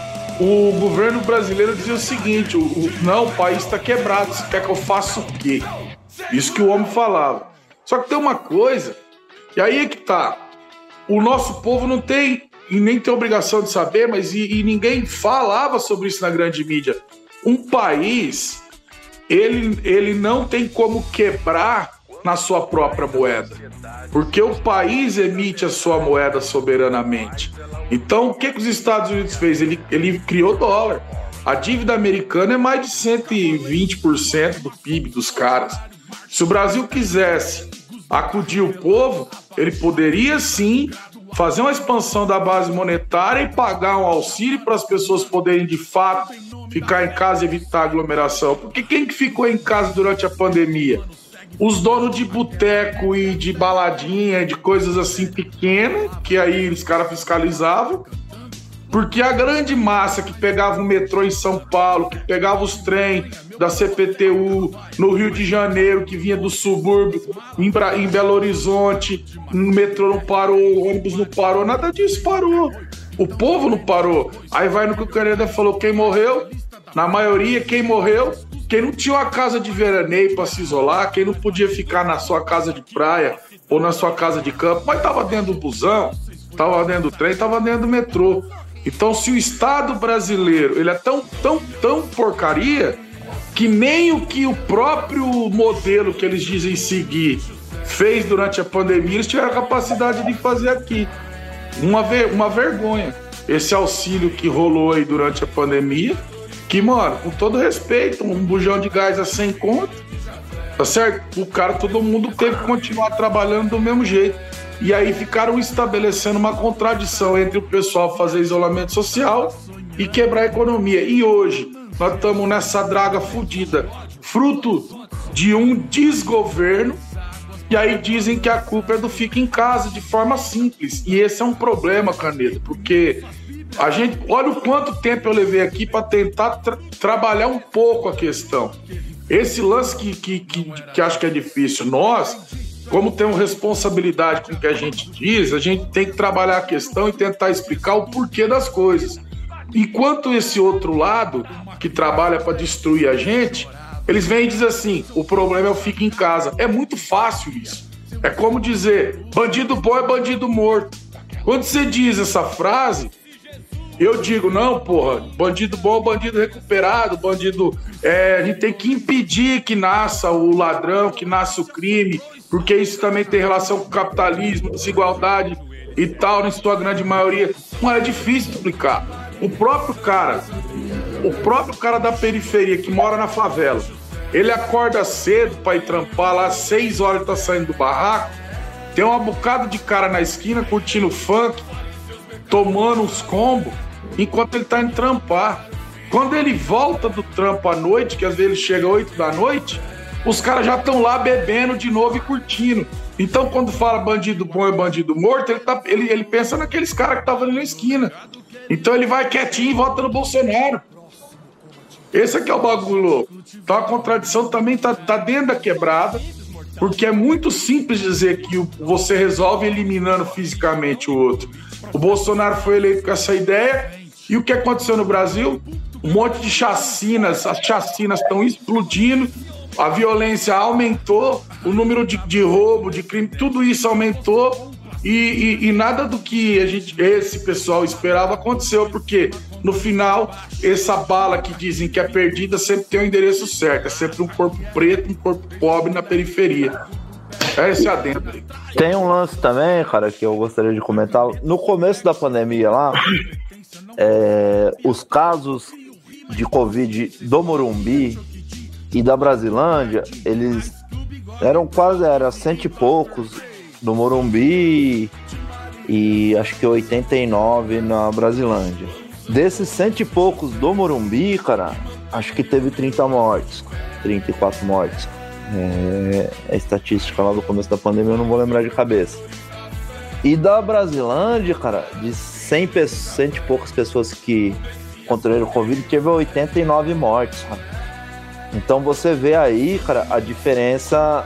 o governo brasileiro dizia o seguinte: o, o, não, o país está quebrado, você quer que eu faça o quê? Isso que o homem falava. Só que tem uma coisa, e aí é que tá. O nosso povo não tem, e nem tem obrigação de saber, mas e, e ninguém falava sobre isso na grande mídia. Um país, ele, ele não tem como quebrar na sua própria moeda, porque o país emite a sua moeda soberanamente. Então, o que, que os Estados Unidos fez? Ele, ele criou dólar. A dívida americana é mais de cento e vinte por cento do P I B dos caras. Se o Brasil quisesse acudir o povo, ele poderia sim fazer uma expansão da base monetária e pagar um auxílio para as pessoas poderem de fato ficar em casa e evitar aglomeração. Porque quem que ficou em casa durante a pandemia? Os donos de boteco e de baladinha, de coisas assim pequenas, que aí os caras fiscalizavam. Porque a grande massa que pegava o metrô em São Paulo, que pegava os trens da C P T U no Rio de Janeiro, que vinha do subúrbio, em, Bra- em Belo Horizonte, o metrô não parou, o ônibus não parou, nada disso parou. O povo não parou. Aí vai no que o Caneda falou: quem morreu? na maioria, quem morreu, quem não tinha uma casa de veraneio para se isolar, quem não podia ficar na sua casa de praia ou na sua casa de campo, mas estava dentro do busão, estava dentro do trem, estava dentro do metrô. Então, se o Estado brasileiro ele é tão, tão, tão porcaria que nem o que o próprio modelo que eles dizem seguir fez durante a pandemia, eles tiveram a capacidade de fazer aqui. Uma, ver, uma vergonha. Esse auxílio que rolou aí durante a pandemia, que, mano, com todo respeito, um bujão de gás a cem conto, tá certo? O cara, todo mundo teve que continuar trabalhando do mesmo jeito. E aí ficaram estabelecendo uma contradição entre o pessoal fazer isolamento social e quebrar a economia. E hoje, nós estamos nessa draga fodida, fruto de um desgoverno. E aí dizem que a culpa é do fica em casa, de forma simples. E esse é um problema, Caneta, porque a gente, olha o quanto tempo eu levei aqui para tentar tra- trabalhar um pouco a questão. Esse lance que, que, que, que acho que é difícil. Nós, como temos responsabilidade com o que a gente diz, a gente tem que trabalhar a questão e tentar explicar o porquê das coisas. Enquanto esse outro lado, que trabalha para destruir a gente, eles vêm e dizem assim, o problema é o fica em casa. É muito fácil isso. É como dizer, bandido bom é bandido morto. Quando você diz essa frase, eu digo, não, porra, bandido bom é bandido recuperado, bandido... É, a gente tem que impedir que nasça o ladrão, que nasça o crime, porque isso também tem relação com o capitalismo, desigualdade e tal, na sua grande maioria. Mano, é difícil explicar. O próprio cara, o próprio cara da periferia que mora na favela, ele acorda cedo pra ir trampar lá, às seis horas ele tá saindo do barraco, tem uma bocada de cara na esquina curtindo funk, tomando uns combos, enquanto ele tá indo trampar. Quando ele volta do trampo à noite, que às vezes ele chega às oito da noite, os caras já estão lá bebendo de novo e curtindo. Então, quando fala bandido bom e bandido morto, ele, tá, ele, ele pensa naqueles caras que estavam ali na esquina. Então ele vai quietinho e vota no Bolsonaro. Esse aqui é o bagulho louco. Então a contradição também tá, tá dentro da quebrada, porque é muito simples dizer que o, você resolve eliminando fisicamente o outro. O Bolsonaro foi eleito com essa ideia, e o que aconteceu no Brasil? Um monte de chacinas, as chacinas estão explodindo, a violência aumentou, o número de, de roubo, de crime, tudo isso aumentou, e, e, e nada do que a gente, esse pessoal esperava aconteceu, porque no final, essa bala que dizem que é perdida sempre tem o endereço certo, é sempre um corpo preto, um corpo pobre na periferia. É esse adentro aí. Tem um lance também, cara, que eu gostaria de comentar. No começo da pandemia lá, é, os casos de Covid do Morumbi e da Brasilândia, eles eram quase, era cento e poucos no Morumbi e acho que oitenta e nove na Brasilândia. Desses cento e poucos do Morumbi, cara, acho que teve trinta mortes, trinta e quatro mortes. É, a estatística lá do começo da pandemia eu não vou lembrar de cabeça. E da Brasilândia, cara, de cem, cento e poucas pessoas que contraíram o Covid, teve oitenta e nove mortes, cara. Então você vê aí, cara, a diferença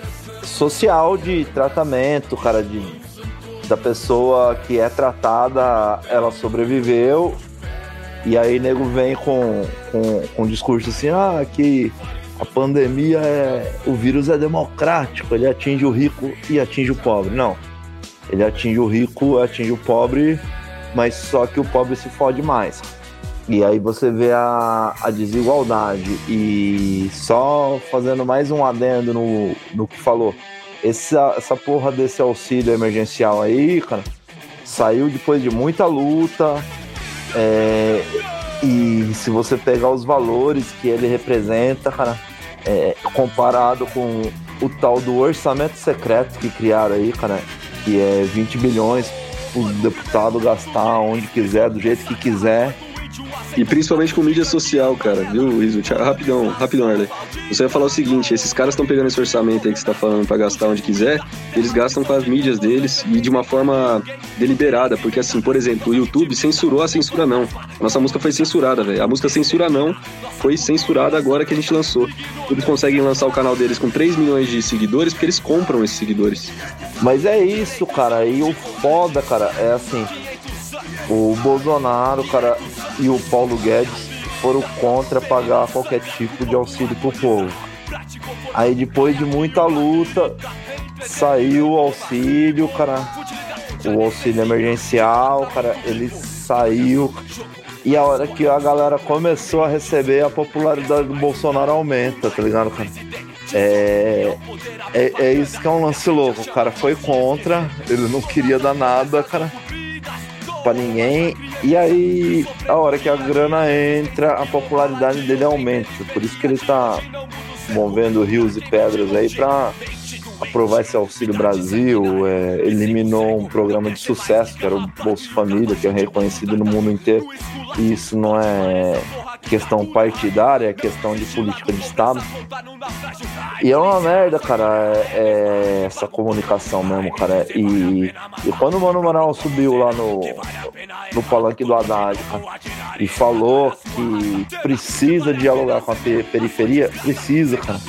social de tratamento, cara, de, da pessoa que é tratada, ela sobreviveu, e aí nego vem com, com, com um discurso assim, ah, que a pandemia é... o vírus é democrático, ele atinge o rico e atinge o pobre. Não, ele atinge o rico, atinge o pobre, mas só que o pobre se fode mais. E aí você vê a, a desigualdade. E só fazendo mais um adendo no, no que falou, essa, essa porra desse auxílio emergencial aí, cara, saiu depois de muita luta, é... e se você pegar os valores que ele representa, cara, é, comparado com o tal do orçamento secreto que criaram aí, cara, que é vinte bilhões o deputado gastar onde quiser, do jeito que quiser. E principalmente com mídia social, cara, viu, Riso? Rapidão, rapidão, Arley. Você vai falar o seguinte, esses caras estão pegando esse orçamento aí que você tá falando pra gastar onde quiser, eles gastam com as mídias deles e de uma forma deliberada, porque assim, por exemplo, o YouTube censurou a censura não. Nossa música foi censurada, velho. A música Censura Não foi censurada agora que a gente lançou. Eles conseguem lançar o canal deles com três milhões de seguidores porque eles compram esses seguidores. Mas é isso, cara, e o foda, cara, é assim... O Bolsonaro, cara, e o Paulo Guedes foram contra pagar qualquer tipo de auxílio pro povo. Aí depois de muita luta, saiu o auxílio, cara, o auxílio emergencial, cara, ele saiu. E a hora que a galera começou a receber, a popularidade do Bolsonaro aumenta, tá ligado, cara? É, é, é isso que é um lance louco. O cara foi contra, ele não queria dar nada, cara, pra ninguém. E aí, a hora que a grana entra, a popularidade dele aumenta. Por isso que ele tá movendo rios e pedras aí pra aprovar esse Auxílio Brasil. É, eliminou um programa de sucesso, que era o Bolsa Família, que é reconhecido no mundo inteiro. E isso não é questão partidária, é questão de política de Estado. E é uma merda, cara, é, é essa comunicação mesmo, cara. E, e quando o Mano Brown subiu lá no, no palanque do Haddad, cara, e falou que precisa dialogar com a periferia, precisa, cara.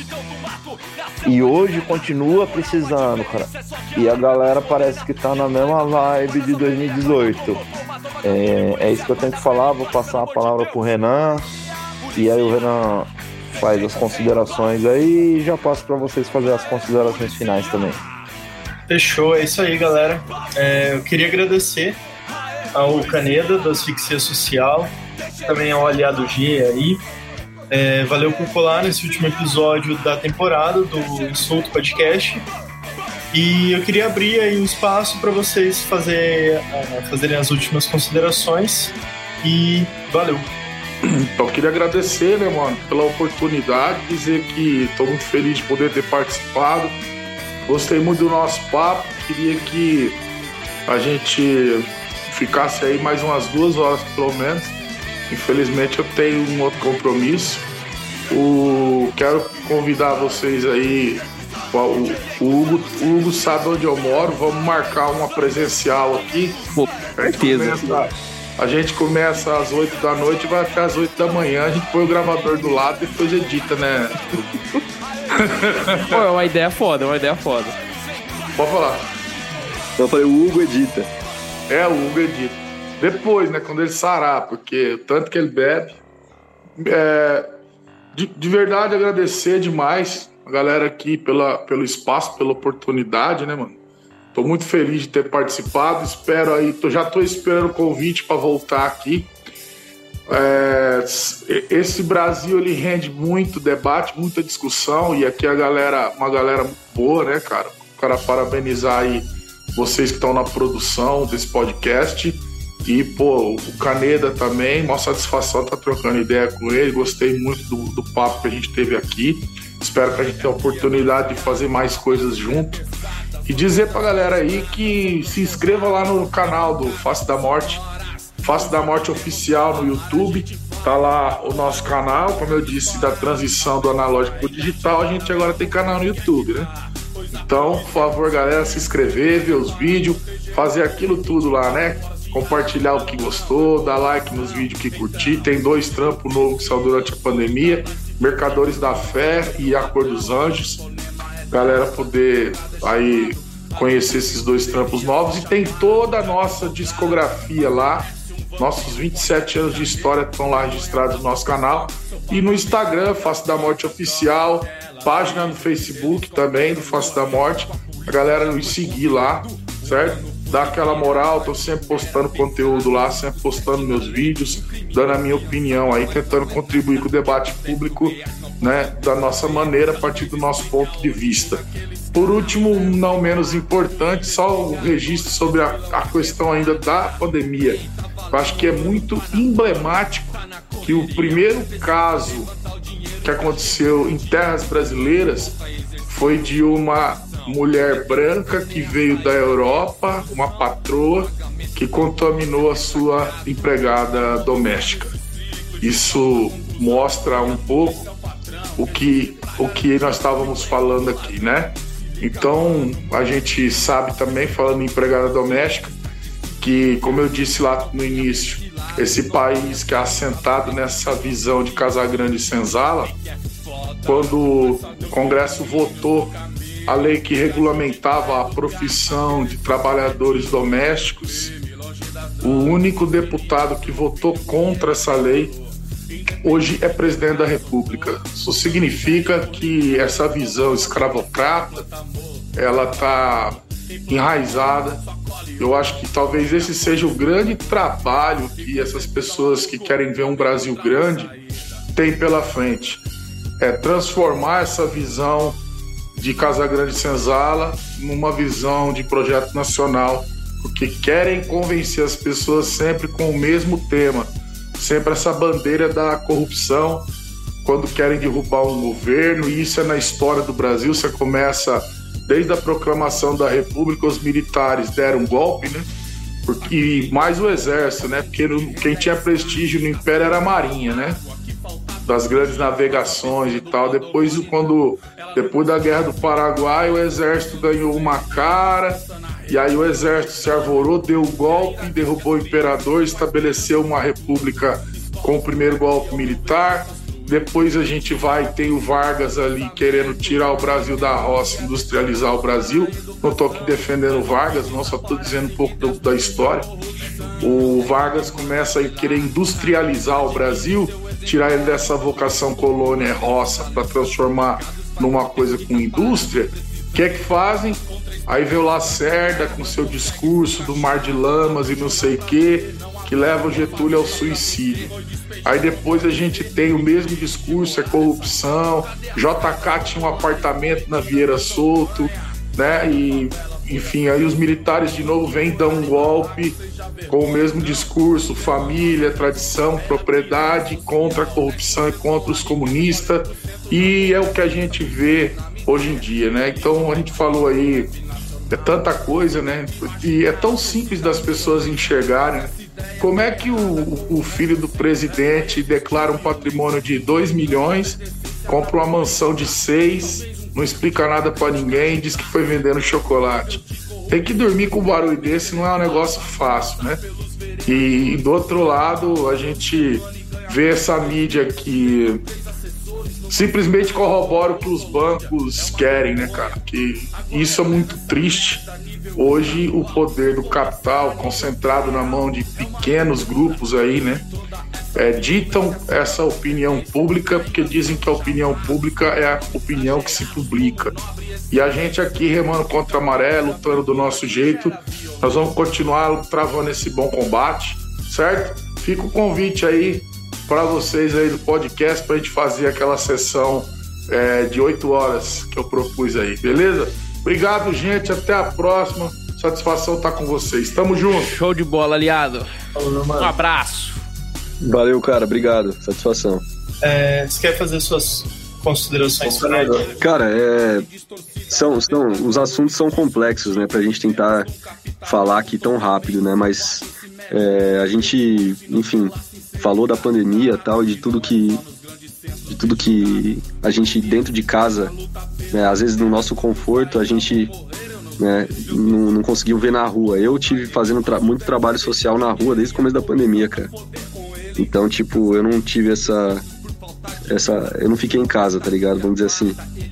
E hoje continua precisando, cara. E a galera parece que tá na mesma vibe de dois mil e dezoito. É, é isso que eu tenho que falar. Vou passar a palavra pro Renan. E aí o Renan faz as considerações aí e já passo pra vocês fazer as considerações finais também. Fechou, é isso aí, galera. É, eu queria agradecer ao Caneda, da Asfixia Social, também ao Aliado G aí. É, valeu por colar nesse último episódio da temporada do Insulto Podcast. E eu queria abrir aí um espaço para vocês fazer, uh, fazerem as últimas considerações. E valeu. Então, eu queria agradecer, né, mano, pela oportunidade, dizer que estou muito feliz de poder ter participado. Gostei muito do nosso papo. Queria que a gente ficasse aí mais umas duas horas, pelo menos. Infelizmente eu tenho um outro compromisso. O... Quero convidar vocês aí. O, o, Hugo, o Hugo sabe onde eu moro. Vamos marcar uma presencial aqui. Pô, certeza. A gente começa às oito da noite e vai até às oito da manhã. A gente põe o gravador do lado e depois edita, né? Pô, é uma ideia foda, é uma ideia foda. Pode falar. Eu falei, o Hugo edita. É, o Hugo edita. Depois, né, quando ele sarar, porque o tanto que ele bebe. É, de, de verdade, agradecer demais a galera aqui pela, pelo espaço, pela oportunidade, né, mano? Tô muito feliz de ter participado. Espero aí, tô, já tô esperando o convite para voltar aqui. É, esse Brasil, ele rende muito debate, muita discussão, e aqui a galera, uma galera muito boa, né, cara? Quero parabenizar aí vocês que estão na produção desse podcast. E, pô, o Caneda também, uma satisfação estar trocando ideia com ele. Gostei muito do, do papo que a gente teve aqui. Espero que a gente tenha a oportunidade de fazer mais coisas junto. E dizer pra galera aí que se inscreva lá no canal do Face da Morte. Face da Morte Oficial no YouTube. Tá lá o nosso canal, como eu disse, da transição do analógico pro digital. A gente agora tem canal no YouTube, né? Então, por favor, galera, se inscrever, ver os vídeos, fazer aquilo tudo lá, né? Compartilhar o que gostou, dar like nos vídeos que curtir. Tem dois trampos novos que são durante a pandemia: Mercadores da Fé e A Cor dos Anjos. Galera poder aí conhecer esses dois trampos novos. E tem toda a nossa discografia lá. Nossos vinte e sete anos de história estão lá registrados no nosso canal. E no Instagram, Face da Morte Oficial. Página no Facebook também, do Face da Morte. A galera nos seguir lá, certo? Dá aquela moral, tô sempre postando conteúdo lá, sempre postando meus vídeos, dando a minha opinião aí, tentando contribuir com o debate público, né, da nossa maneira, a partir do nosso ponto de vista. Por último, não menos importante, só o registro sobre a, a questão ainda da pandemia. Eu acho que é muito emblemático que o primeiro caso que aconteceu em terras brasileiras foi de uma mulher branca que veio da Europa, uma patroa que contaminou a sua empregada doméstica. Isso mostra um pouco o que, o que nós estávamos falando aqui, né? Então, a gente sabe também, falando em empregada doméstica, que, como eu disse lá no início, esse país que é assentado nessa visão de Casagrande e Senzala, quando o Congresso votou a lei que regulamentava a profissão de trabalhadores domésticos, o único deputado que votou contra essa lei hoje é presidente da República. Isso significa que essa visão escravocrata, ela está enraizada. Eu acho que talvez esse seja o grande trabalho que essas pessoas que querem ver um Brasil grande têm pela frente. É transformar essa visão de Casagrande Senzala numa visão de projeto nacional, porque querem convencer as pessoas sempre com o mesmo tema, sempre essa bandeira da corrupção, quando querem derrubar um governo. E isso é na história do Brasil. Você começa desde a proclamação da República, os militares deram um golpe, né? Porque, mais o exército, né? Porque quem tinha prestígio no Império era a Marinha, né? Das grandes navegações e tal. Depois, quando, depois da Guerra do Paraguai, o exército ganhou uma cara, e aí o exército se arvorou, deu o golpe, derrubou o imperador, estabeleceu uma república com o primeiro golpe militar. Depois a gente vai, tem o Vargas ali querendo tirar o Brasil da roça, industrializar o Brasil. Não estou aqui defendendo o Vargas, não, só estou dizendo um pouco do, da história. O Vargas começa a querer industrializar o Brasil, tirar ele dessa vocação colônia roça para transformar numa coisa com indústria. O que é que fazem? Aí vê o Lacerda com seu discurso do mar de lamas e não sei o quê, que leva o Getúlio ao suicídio. Aí depois a gente tem o mesmo discurso, é corrupção. J K tinha um apartamento na Vieira Solto, né? E, enfim, aí os militares de novo vêm dar um golpe com o mesmo discurso, família, tradição, propriedade, contra a corrupção e contra os comunistas. E é o que a gente vê hoje em dia, né? Então a gente falou aí, é tanta coisa, né? E é tão simples das pessoas enxergarem, né? Como é que o, o filho do presidente declara um patrimônio de dois milhões, compra uma mansão de seis, não explica nada pra ninguém, diz que foi vendendo chocolate? Tem que dormir com um barulho desse, não é um negócio fácil, né? E, e do outro lado, a gente vê essa mídia que simplesmente corrobora o que os bancos querem, né, cara? Que isso é muito triste. Hoje o poder do capital concentrado na mão de pequenos grupos aí, né, é, ditam essa opinião pública, porque dizem que a opinião pública é a opinião que se publica. E a gente aqui remando contra a maré, lutando do nosso jeito, nós vamos continuar travando esse bom combate, certo? Fica o convite aí para vocês aí do podcast pra gente fazer aquela sessão é, de oito horas que eu propus aí, beleza? Obrigado, gente. Até a próxima. Satisfação estar com vocês. Tamo junto. Show de bola, aliado. Falou, um abraço. Valeu, cara. Obrigado. Satisfação. É, você quer fazer suas considerações finais? Cara, é, são, são, os assuntos são complexos, né? Pra gente tentar falar aqui tão rápido, né? Mas é, a gente, enfim, falou da pandemia e tal, e de tudo que de tudo que a gente dentro de casa, né, às vezes no nosso conforto a gente, né, não, não conseguiu ver na rua. Eu tive fazendo tra- muito trabalho social na rua desde o começo da pandemia, cara. Então, tipo, eu não tive essa essa eu não fiquei em casa, tá ligado? Vamos dizer assim.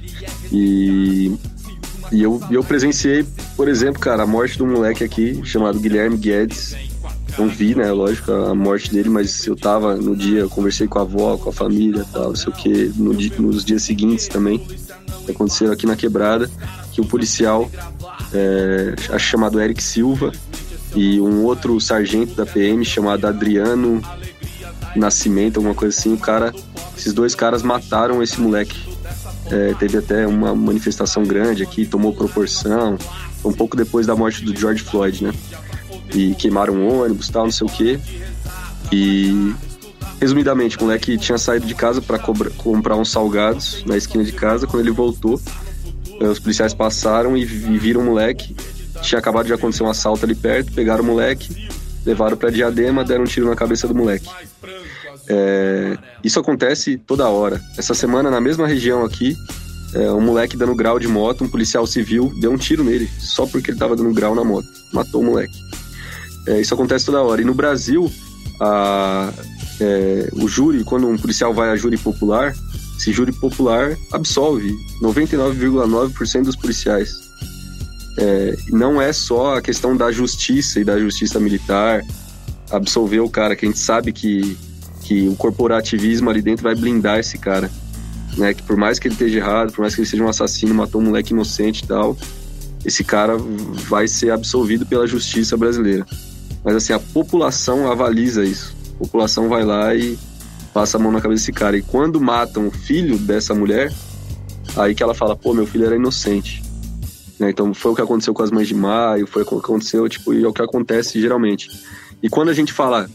E e eu, eu presenciei, por exemplo, cara, a morte de um moleque aqui chamado Guilherme Guedes. Não vi, né, lógico, a morte dele, mas eu tava no dia, eu conversei com a avó, com a família e tal, não sei o que, no dia, nos dias seguintes também, aconteceu aqui na Quebrada, que o policial, é, acho chamado Eric Silva, e um outro sargento da P M chamado Adriano Nascimento, alguma coisa assim, o cara, esses dois caras mataram esse moleque. É, teve até uma manifestação grande aqui, tomou proporção, um pouco depois da morte do George Floyd, né? E queimaram um ônibus, tal, não sei o quê. E, resumidamente, o moleque tinha saído de casa para comprar uns salgados na esquina de casa. Quando ele voltou, os policiais passaram e, e viram o moleque. Tinha acabado de acontecer um assalto ali perto, pegaram o moleque, levaram pra Diadema, deram um tiro na cabeça do moleque. É, isso acontece toda hora. Essa semana, na mesma região aqui, é, um moleque dando grau de moto, um policial civil deu um tiro nele, só porque ele tava dando grau na moto. Matou o moleque. É, isso acontece toda hora. E no Brasil, a, é, o júri, quando um policial vai a júri popular, esse júri popular absolve noventa e nove vírgula nove por cento dos policiais. É, não é só a questão da justiça e da justiça militar absolver o cara, que a gente sabe que, que o corporativismo ali dentro vai blindar esse cara, né? Que por mais que ele esteja errado, por mais que ele seja um assassino, matou um moleque inocente e tal, esse cara vai ser absolvido pela justiça brasileira. Mas assim, a população avaliza isso. A população vai lá e passa a mão na cabeça desse cara. E quando matam o filho dessa mulher, aí que ela fala, pô, meu filho era inocente. Né? Então foi o que aconteceu com as mães de maio, foi o que aconteceu, tipo, e é o que acontece geralmente. E quando a gente fala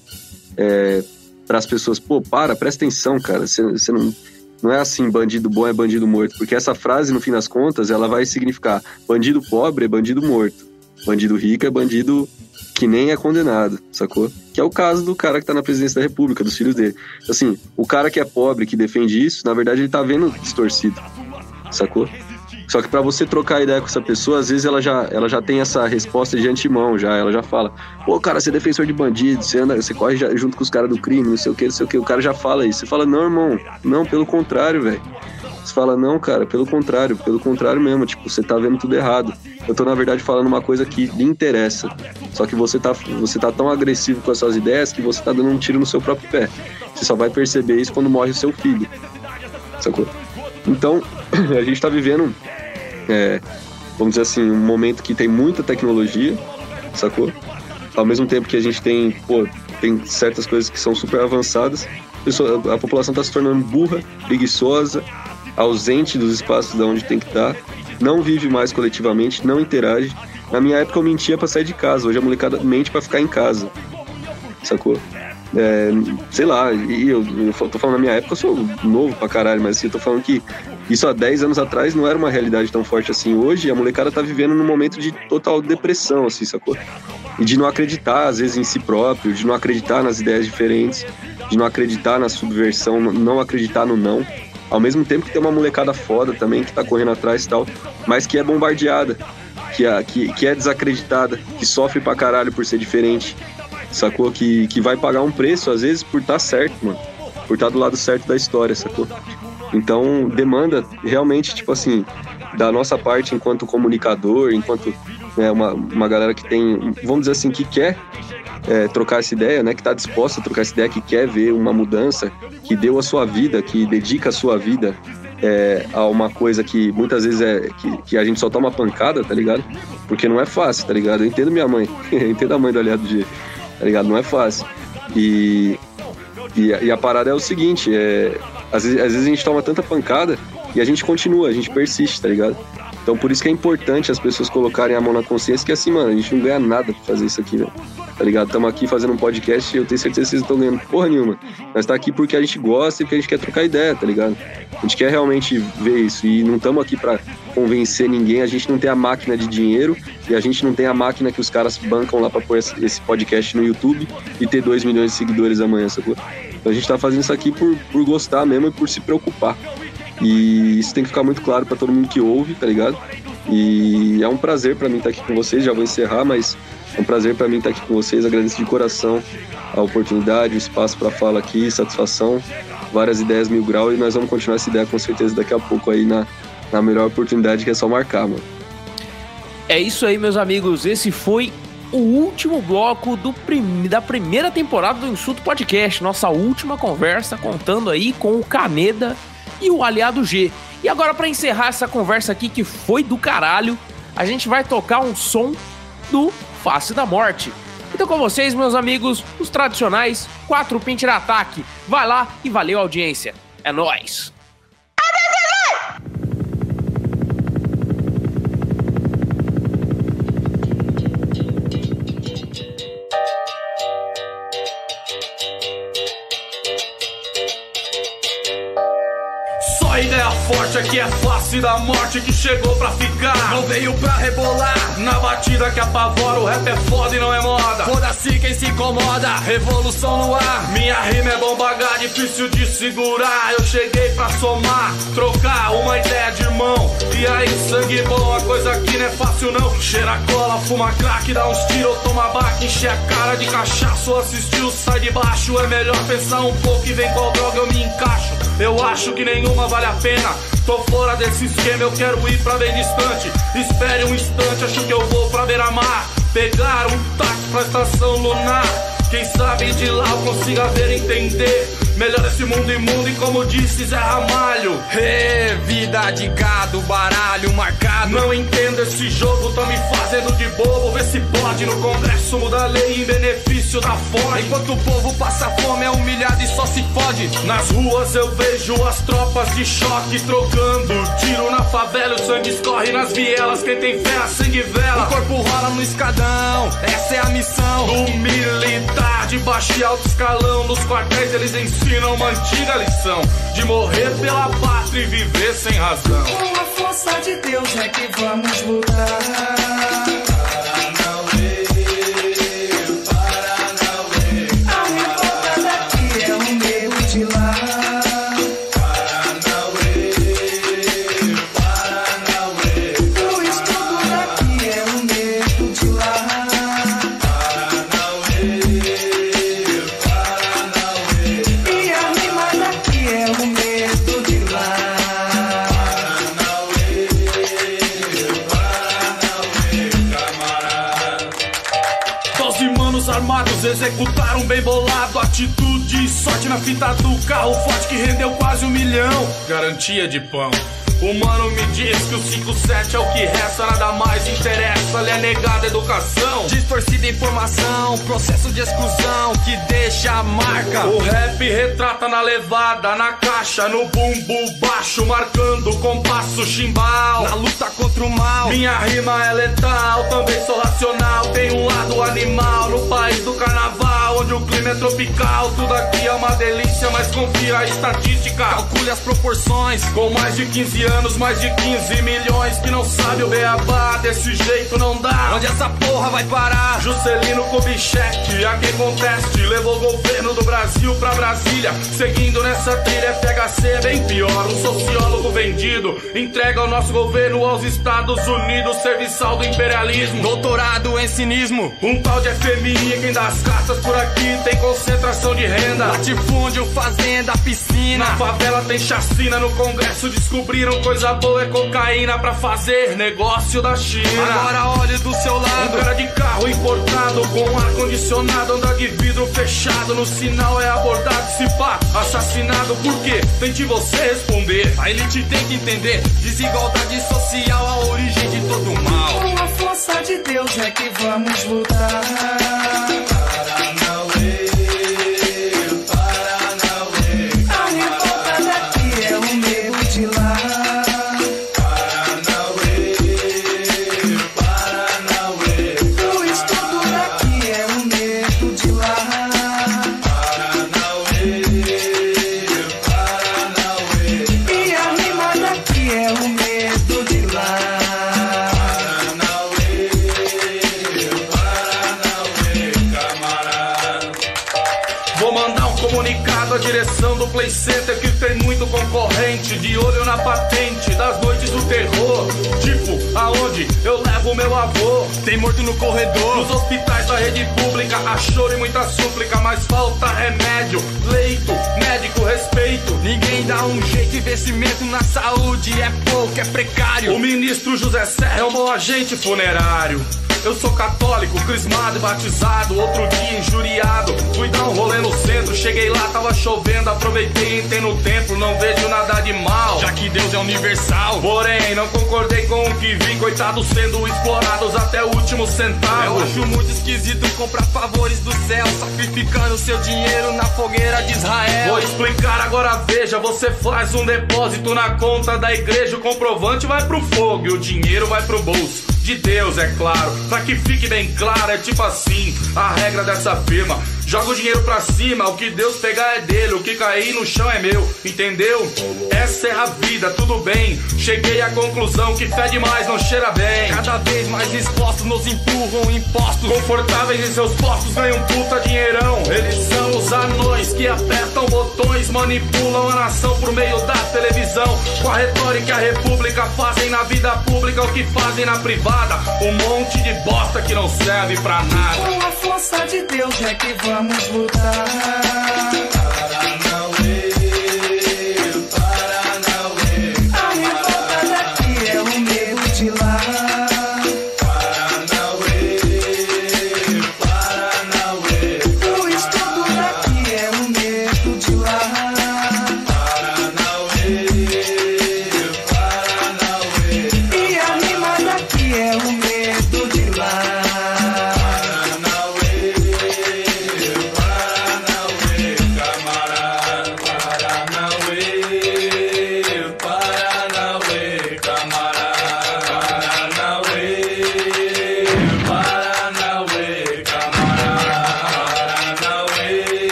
é, para as pessoas, pô, para, presta atenção, cara, você não, não é assim, bandido bom é bandido morto, porque essa frase, no fim das contas, ela vai significar bandido pobre é bandido morto, bandido rico é bandido que nem é condenado, sacou? Que é o caso do cara que tá na presidência da república, dos filhos dele. Assim, o cara que é pobre, que defende isso, na verdade ele tá vendo distorcido, sacou? Só que pra você trocar ideia com essa pessoa, às vezes ela já, ela já tem essa resposta de antemão, já. Ela já fala, pô, cara, você é defensor de bandido, você, anda, você corre já, junto com os caras do crime, não sei o que, não sei o que. O cara já fala isso. Você fala, não, irmão, não, pelo contrário, velho. Você fala, não, cara, pelo contrário, pelo contrário mesmo. Tipo, você tá vendo tudo errado. Eu tô, na verdade, falando uma coisa que lhe interessa. Só que você tá, você tá tão agressivo com as suas ideias que você tá dando um tiro no seu próprio pé. Você só vai perceber isso quando morre o seu filho. Sacou? Então, a gente tá vivendo... É, vamos dizer assim, um momento que tem muita tecnologia, sacou? Ao mesmo tempo que a gente tem, pô, tem certas coisas que são super avançadas, a, pessoa, a população está se tornando burra, preguiçosa, ausente dos espaços de onde tem que estar, não vive mais coletivamente, não interage. Na minha época eu mentia pra sair de casa, hoje a molecada mente pra ficar em casa, sacou? É, sei lá, e eu, eu tô falando na minha época, eu sou novo pra caralho, mas assim, eu tô falando que isso há dez anos atrás não era uma realidade tão forte assim. Hoje a molecada tá vivendo num momento de total depressão, assim, sacou? E de não acreditar, às vezes, em si próprio, de não acreditar nas ideias diferentes, de não acreditar na subversão, não acreditar no não. Ao mesmo tempo que tem uma molecada foda também, que tá correndo atrás e tal, mas que é bombardeada, que é, que, que é desacreditada, que sofre pra caralho por ser diferente, sacou? Que, que vai pagar um preço, às vezes, por estar certo, mano. Por estar do lado certo da história, sacou? Então, demanda realmente, tipo assim, da nossa parte enquanto comunicador, enquanto né, uma, uma galera que tem, vamos dizer assim, que quer é, trocar essa ideia, né? Que tá disposta a trocar essa ideia, que quer ver uma mudança, que deu a sua vida, que dedica a sua vida é, a uma coisa que muitas vezes é que, que a gente só toma pancada, tá ligado? Porque não é fácil, tá ligado? Eu entendo minha mãe, eu entendo a mãe do Aliado G, tá ligado? Não é fácil. E, e, e a parada é o seguinte, é... Às vezes, às vezes a gente toma tanta pancada e a gente continua, a gente persiste, tá ligado? Então por isso que é importante as pessoas colocarem a mão na consciência que assim, mano, a gente não ganha nada pra fazer isso aqui, velho. Tá ligado? Estamos aqui fazendo um podcast e eu tenho certeza que vocês não estão ganhando porra nenhuma. Nós tá aqui porque a gente gosta e porque a gente quer trocar ideia, tá ligado? A gente quer realmente ver isso e não estamos aqui pra convencer ninguém, a gente não tem a máquina de dinheiro e a gente não tem a máquina que os caras bancam lá pra pôr esse podcast no YouTube e ter dois milhões de seguidores amanhã, sacou? Então a gente tá fazendo isso aqui por, por gostar mesmo e por se preocupar. E isso tem que ficar muito claro pra todo mundo que ouve, tá ligado? E é um prazer pra mim estar aqui com vocês, já vou encerrar, mas é um prazer pra mim estar aqui com vocês, agradeço de coração a oportunidade, o espaço pra fala aqui, satisfação, várias ideias mil grau e nós vamos continuar essa ideia com certeza daqui a pouco aí na, na melhor oportunidade que é só marcar, mano. É isso aí, meus amigos, esse foi o último bloco do prim... da primeira temporada do Insulto Podcast, nossa última conversa contando aí com o Caneda e o Aliado G. E agora, para encerrar essa conversa aqui que foi do caralho, a gente vai tocar um som do Face da Morte. Então com vocês, meus amigos, os tradicionais quatro Pinte de Ataque. Vai lá e valeu a audiência. É nóis! Ideia forte aqui é face da morte que chegou pra ficar. Não veio pra rebolar na batida que apavora. O rap é foda e não é moda. Foda-se quem se incomoda, revolução no ar. Minha rima é bomba H, difícil de segurar. Eu cheguei pra somar, trocar uma ideia de irmão. E aí, sangue bom, a coisa aqui não é fácil não. Cheira cola, fuma crack, dá uns tiros, toma baque, enche a cara de cachaço. Assistiu, sai de baixo, é melhor pensar um pouco e vem qual droga eu me encaixo. Eu acho que nenhuma vale a pena. Tô fora desse esquema, eu quero ir pra bem distante. Espere um instante, acho que eu vou pra beira-mar. Pegar um táxi pra estação lunar. Quem sabe de lá eu consiga ver e entender Melhor esse mundo imundo e como disse Zé Ramalho. Hey, vida de gado, baralho marcado. Não entendo esse jogo, tão me fazendo de bobo. Vê se pode no Congresso mudar a lei em benefício da fome. Enquanto o povo passa fome, é humilhado e só se fode. Nas ruas eu vejo as tropas de choque trocando tiro na favela, o sangue escorre nas vielas. Quem tem fé, acende vela. O corpo rola no escadão, essa é a missão do militar de baixo e alto escalão. Nos quartéis eles ensinam uma antiga lição de morrer pela pátria e viver sem razão. Com a força de Deus é que vamos lutar. Armados executaram bem bolado, atitude e sorte na fita do carro forte que rendeu quase um milhão. Garantia de pão. O mano me diz que o cinco sete é o que resta, nada mais interessa, lhe é negada educação. Distorcida informação, processo de exclusão que deixa a marca. O rap retrata na levada, na caixa, no bumbo baixo, marcando compasso chimbal. Na luta contra o mal, minha rima é letal, também sou racional. Tem um lado animal no país do carnaval, onde o clima é tropical. Tudo aqui é uma delícia, mas confira a estatística. Calcule as proporções, com mais de quinze anos. Mais de quinze milhões que não sabe o beabá. Desse jeito não dá. Onde essa porra vai parar? Juscelino Kubitschek, a quem conteste, levou o governo do Brasil pra Brasília. Seguindo nessa trilha F H C é bem pior. Um sociólogo vendido entrega o nosso governo aos Estados Unidos, serviçal do imperialismo. Doutorado em cinismo. Um tal de F M I, quem dá as cartas por aqui tem concentração de renda. Latifúndio, fazenda, piscina. Na favela tem chacina, no Congresso descobriram coisa boa é cocaína pra fazer negócio da China. Agora olhe do seu lado, um cara de carro importado com ar-condicionado, anda de vidro fechado, no sinal é abordado, se pá, assassinado. Por quê? Tente você responder. A elite tem que entender, desigualdade social, a origem de todo mal. Com a força de Deus é que vamos lutar. A direção do Play Center que tem muito concorrente, de olho na patente das noites do terror. Tipo, aonde eu levo meu avô? Tem morto no corredor. Nos hospitais da rede pública há choro e muita súplica, mas falta remédio, leito, médico, respeito. Ninguém dá um jeito, investimento na saúde é pouco, é precário. O ministro José Serra é um bom agente funerário. Eu sou católico, crismado e batizado. Outro dia injuriado, fui dar um rolê no centro. Cheguei lá, tava chovendo, aproveitei, entrei no templo. Não vejo nada de mal, já que Deus é universal. Porém, não concordei com o que vi, coitados sendo explorados até o último centavo. Eu acho muito esquisito comprar favores do céu, sacrificando seu dinheiro na fogueira de Israel. Vou explicar agora, veja, você faz um depósito na conta da igreja, o comprovante vai pro fogo e o dinheiro vai pro bolso de Deus, é claro. Pra que fique bem claro, é tipo assim a regra dessa firma: joga o dinheiro pra cima, o que Deus pegar é dele, o que cair no chão é meu, entendeu? Essa é a vida, tudo bem. Cheguei à conclusão que fé demais não cheira bem. Cada vez mais expostos nos empurram impostos, confortáveis em seus postos ganham puta dinheirão. Eles são os anões que apertam botões, manipulam a nação por meio da televisão. Com a retórica e a república fazem na vida pública o que fazem na privada. Um monte de bosta que não serve pra nada. Com a força de Deus é que vamos lutar. Paranauê, Paranauê. A revolta daqui é o medo de lá. Paranauê, Paranauê. O estudo daqui é o medo de lá.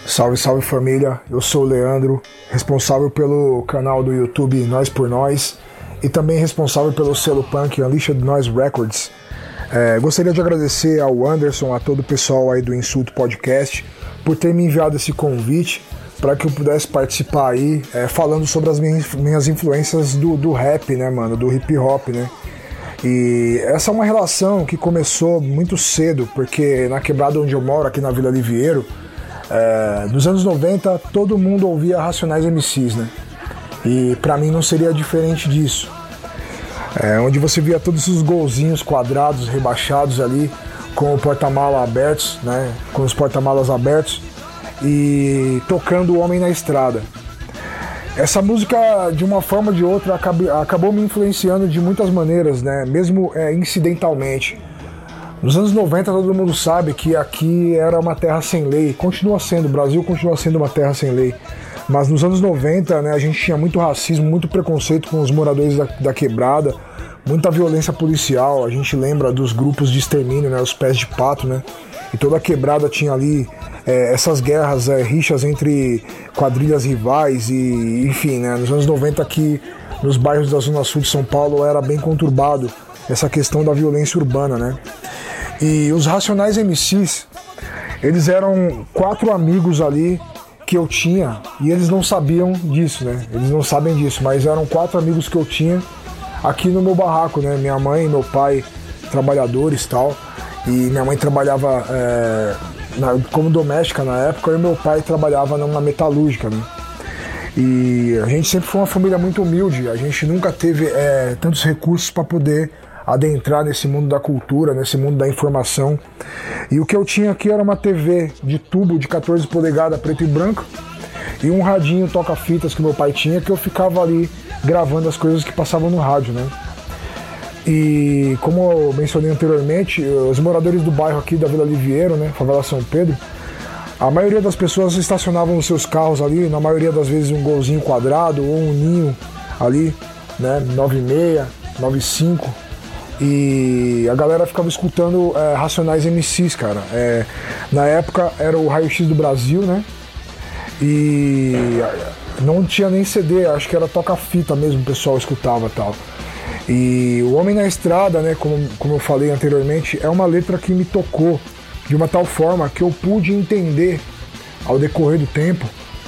Salve, salve família, eu sou o Leandro, responsável pelo canal do YouTube Nós por Nós e também responsável pelo selo punk Unleashed Noise Records. É, gostaria de agradecer ao Anderson, a todo o pessoal aí do Insulto Podcast por ter me enviado esse convite para que eu pudesse participar aí é, falando sobre as minhas, minhas influências do, do rap, né, mano, do hip hop, né. E essa é uma relação que começou muito cedo, porque na quebrada onde eu moro, aqui na Vila Livieiro, É, nos anos noventa todo mundo ouvia Racionais M Cs, né? E pra mim não seria diferente disso. É, onde você via todos os golzinhos quadrados, rebaixados ali, com o porta-mala abertos, né? Com os porta-malas abertos e tocando O Homem na Estrada. Essa música, de uma forma ou de outra, acabou, acabou me influenciando de muitas maneiras, né? Mesmo é, incidentalmente. Nos anos noventa todo mundo sabe que aqui era uma terra sem lei, continua sendo, o Brasil continua sendo uma terra sem lei, mas nos anos noventa, né, a gente tinha muito racismo, muito preconceito com os moradores da, da quebrada, muita violência policial, a gente lembra dos grupos de extermínio, né, os pés de pato, né, e toda a quebrada tinha ali é, essas guerras, é, rixas entre quadrilhas rivais e enfim, né, nos anos noventa aqui nos bairros da Zona Sul de São Paulo era bem conturbado essa questão da violência urbana, né. E os Racionais M Cs, eles eram quatro amigos ali que eu tinha e eles não sabiam disso, né? Eles não sabem disso, mas eram quatro amigos que eu tinha aqui no meu barraco, né? Minha mãe e meu pai, trabalhadores e tal. E minha mãe trabalhava é, na, como doméstica na época e meu pai trabalhava numa metalúrgica, né? E a gente sempre foi uma família muito humilde, a gente nunca teve é, tantos recursos para poder adentrar nesse mundo da cultura, nesse mundo da informação. E o que eu tinha aqui era uma T V de tubo de quatorze polegadas, preto e branco, e um radinho toca-fitas que meu pai tinha, que eu ficava ali gravando as coisas que passavam no rádio, né? E como eu mencionei anteriormente, os moradores do bairro aqui da Vila Livieiro, né, favela São Pedro, a maioria das pessoas estacionavam os seus carros ali, na maioria das vezes um golzinho quadrado ou um ninho ali, né, nove seis, nove cinco. E a galera ficava escutando é, Racionais M Cs, cara. É, na época era o Raio X do Brasil, né? E não tinha nem C D, acho que era toca-fita mesmo, o pessoal escutava e tal. E O Homem na Estrada, né, como, como eu falei anteriormente, é uma letra que me tocou de uma tal forma que eu pude entender ao decorrer do tempo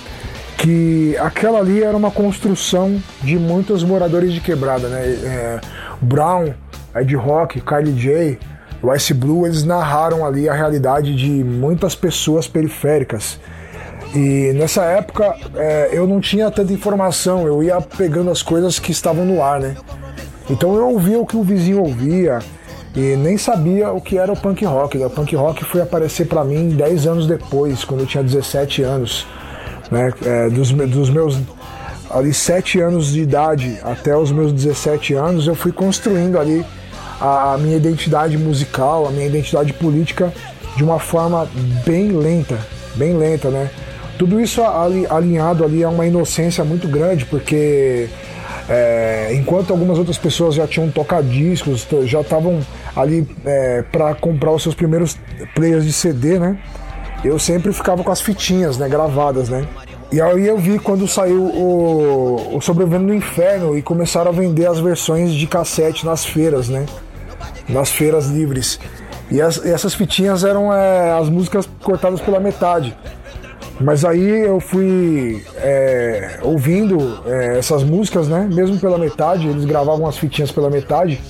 que aquela ali era uma construção de muitos moradores de quebrada, né? É, Brown, Ed Rock, Kylie J, o Ice Blue, eles narraram ali a realidade de muitas pessoas periféricas. E nessa época é, eu não tinha tanta informação, eu ia pegando as coisas que estavam no ar, né? Então eu ouvia o que o vizinho ouvia e nem sabia o que era o punk rock. O punk rock foi aparecer pra mim dez anos depois, quando eu tinha dezessete anos, né? É, dos, dos meus ali sete anos de idade até os meus dezessete anos, eu fui construindo ali a minha identidade musical, a minha identidade política de uma forma bem lenta, bem lenta, né? Tudo isso alinhado ali a uma inocência muito grande, porque é, enquanto algumas outras pessoas já tinham tocadiscos, já estavam ali é, para comprar os seus primeiros players de C D, né? Eu sempre ficava com as fitinhas, né, gravadas, né? E aí eu vi quando saiu o, o Sobrevivendo no Inferno e começaram a vender as versões de cassete nas feiras, né? Nas feiras livres. E, as, e essas fitinhas eram é, as músicas cortadas pela metade. Mas aí eu fui é, ouvindo é, essas músicas, né? Mesmo pela metade, eles gravavam as fitinhas pela metade.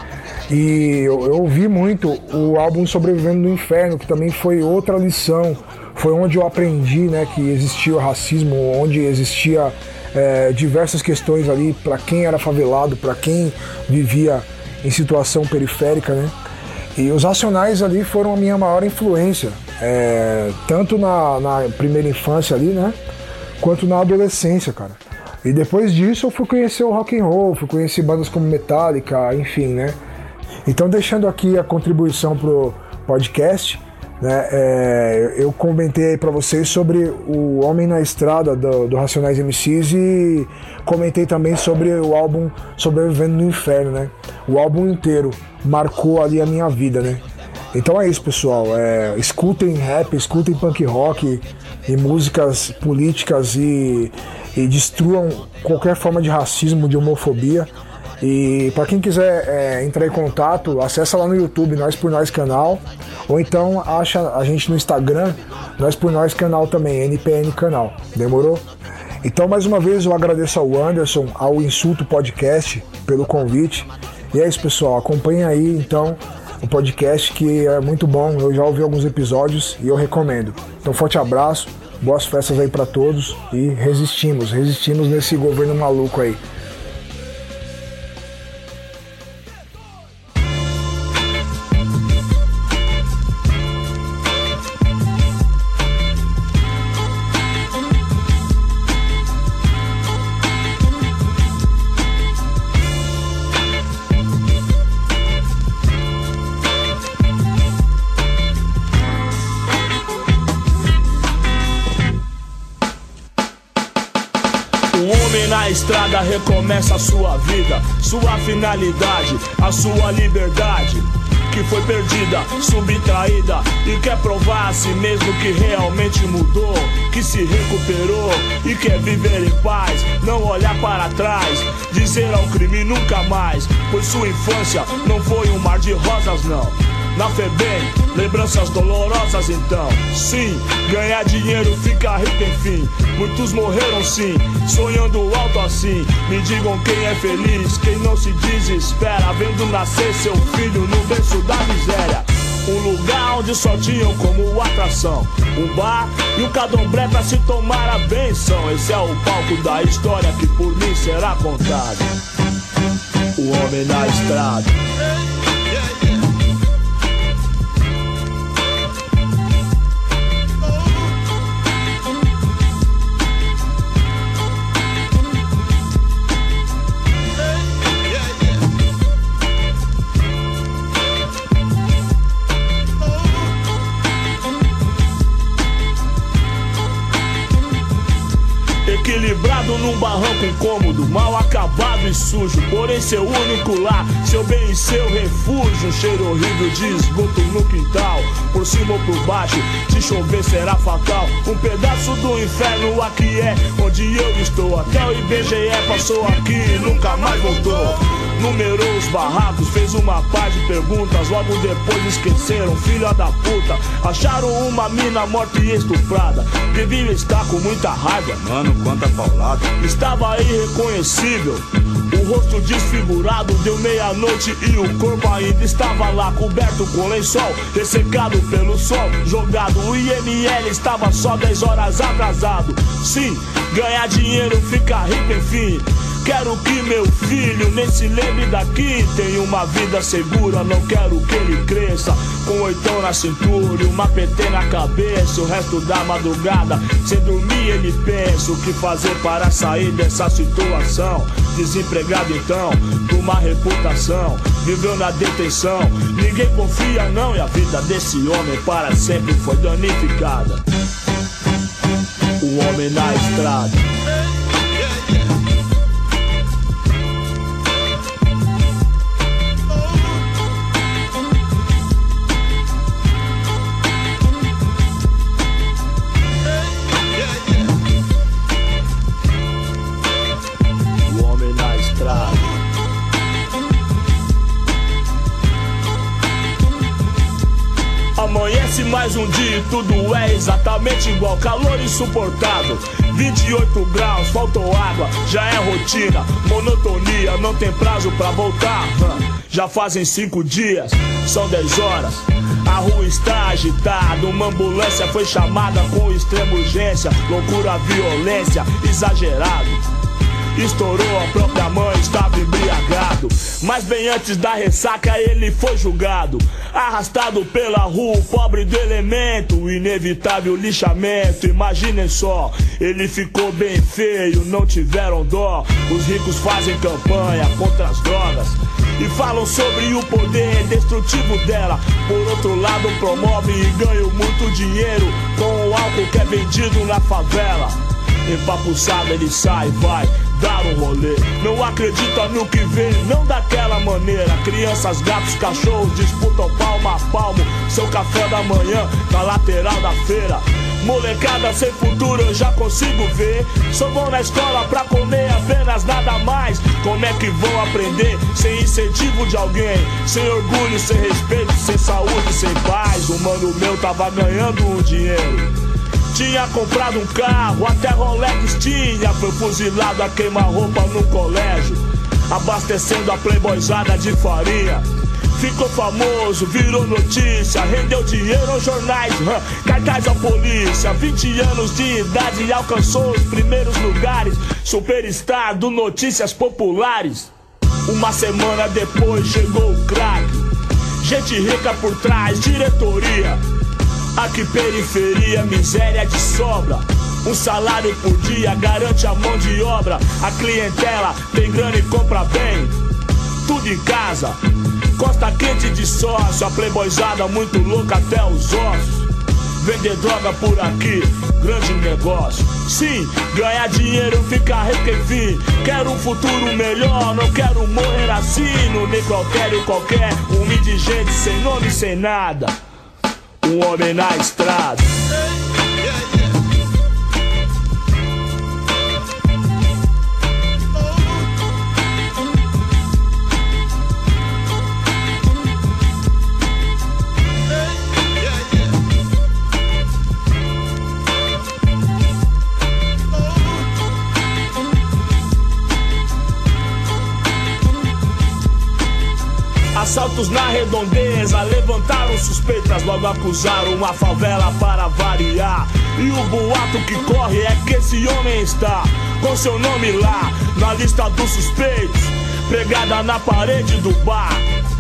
E eu, eu ouvi muito o álbum Sobrevivendo no Inferno, que também foi outra lição. Foi onde eu aprendi, né, que existia o racismo, onde existia é, diversas questões ali para quem era favelado, para quem vivia em situação periférica, né? E os Racionais ali foram a minha maior influência, é, tanto na, na primeira infância ali, né, quanto na adolescência, cara. E depois disso eu fui conhecer o rock and roll, fui conhecer bandas como Metallica, enfim, né? Então, deixando aqui a contribuição pro podcast, né, é, eu comentei aí pra vocês sobre o Homem na Estrada do, do Racionais M Cs e comentei também sobre o álbum Sobrevivendo no Inferno, né? O álbum inteiro marcou ali a minha vida, né? Então é isso, pessoal. É, escutem rap, escutem punk rock e músicas políticas e, e destruam qualquer forma de racismo, de homofobia. E para quem quiser é, entrar em contato, acessa lá no YouTube, Nós por Nós Canal, ou então acha a gente no Instagram, Nós por Nós Canal também, N P N Canal. Demorou? Então, mais uma vez, eu agradeço ao Anderson, ao Insulto Podcast, pelo convite. E é isso, pessoal. Acompanhem aí, então, o podcast, que é muito bom. Eu já ouvi alguns episódios e eu recomendo. Então, forte abraço, boas festas aí para todos e resistimos, resistimos nesse governo maluco aí. Na estrada recomeça a sua vida, sua finalidade, a sua liberdade que foi perdida, subtraída, e quer provar a si mesmo que realmente mudou, que se recuperou e quer viver em paz, não olhar para trás, dizer ao crime nunca mais, pois sua infância não foi um mar de rosas não. Na FEBEM, lembranças dolorosas então. Sim, ganhar dinheiro fica rico enfim. Muitos morreram sim, sonhando alto assim. Me digam quem é feliz, quem não se desespera, vendo nascer seu filho no berço da miséria. Um lugar onde só tinham como atração um bar e um candomblé pra se tomar a benção. Esse é o palco da história que por mim será contado. O homem na estrada. Equilibrado num barranco incômodo, mal acabado e sujo, porém seu único lar, seu bem e seu refúgio. Um cheiro horrível de esgoto no quintal, por cima ou por baixo, se chover será fatal. Um pedaço do inferno aqui é onde eu estou. Até o I B G E passou aqui e nunca mais voltou. Numerou os barracos, fez uma paz de perguntas, logo depois esqueceram, filha da puta. Acharam uma mina morta e estuprada, devia estar com muita raiva, mano, quanta paulada. Estava irreconhecível, o rosto desfigurado, deu meia-noite e o corpo ainda estava lá, coberto com lençol, ressecado pelo sol, jogado. O I M L estava só dez horas atrasado. Sim, ganhar dinheiro, ficar rico enfim. Quero que meu filho nem se lembre daqui. Tenha uma vida segura, não quero que ele cresça com oitão na cintura e uma P T na cabeça. O resto da madrugada, sem dormir ele pensa o que fazer para sair dessa situação. Desempregado então, por uma reputação, viveu na detenção. Ninguém confia não, e a vida desse homem para sempre foi danificada. O homem na estrada. Amanhece mais um dia e tudo é exatamente igual. Calor insuportável, vinte e oito graus, faltou água, já é rotina. Monotonia, não tem prazo pra voltar. Já fazem cinco dias, são dez horas. A rua está agitada, uma ambulância foi chamada com extrema urgência. Loucura, violência, exagerado. Estourou, a própria mãe estava embriagado. Mas bem antes da ressaca ele foi julgado. Arrastado pela rua, pobre do elemento. O inevitável lixamento, imaginem só. Ele ficou bem feio, não tiveram dó. Os ricos fazem campanha contra as drogas e falam sobre o poder destrutivo dela. Por outro lado promovem e ganham muito dinheiro com o álcool que é vendido na favela. Empapuçado ele sai, vai dar um rolê. Não acredita no que vê, não daquela maneira. Crianças, gatos, cachorros disputam palmo a palmo seu café da manhã na lateral da feira. Molecada sem futuro eu já consigo ver. Sou bom na escola pra comer apenas nada mais. Como é que vão aprender sem incentivo de alguém? Sem orgulho, sem respeito, sem saúde, sem paz. O mano meu tava ganhando um dinheiro. Tinha comprado um carro, até Rolex tinha. Foi fuzilado a queima-roupa no colégio, abastecendo a playboyzada de farinha. Ficou famoso, virou notícia, rendeu dinheiro aos jornais, hum, cartaz à polícia. Vinte anos de idade e alcançou os primeiros lugares. Superstar do Notícias Populares. Uma semana depois chegou o craque. Gente rica por trás, diretoria. Aqui periferia, miséria de sobra. Um salário por dia garante a mão de obra. A clientela tem grana e compra bem. Tudo em casa, costa quente de sócio. A playboyzada muito louca até os ossos. Vender droga por aqui, grande negócio. Sim, ganhar dinheiro, ficar rico enfim. Quero um futuro melhor, não quero morrer assim. No nem qualquer e qualquer, um indigente sem nome, sem nada. Um homem na estrada. Assaltos na redondeza levantaram suspeitas, logo acusaram a favela para variar. E o boato que corre é que esse homem está com seu nome lá na lista dos suspeitos, pregada na parede do bar.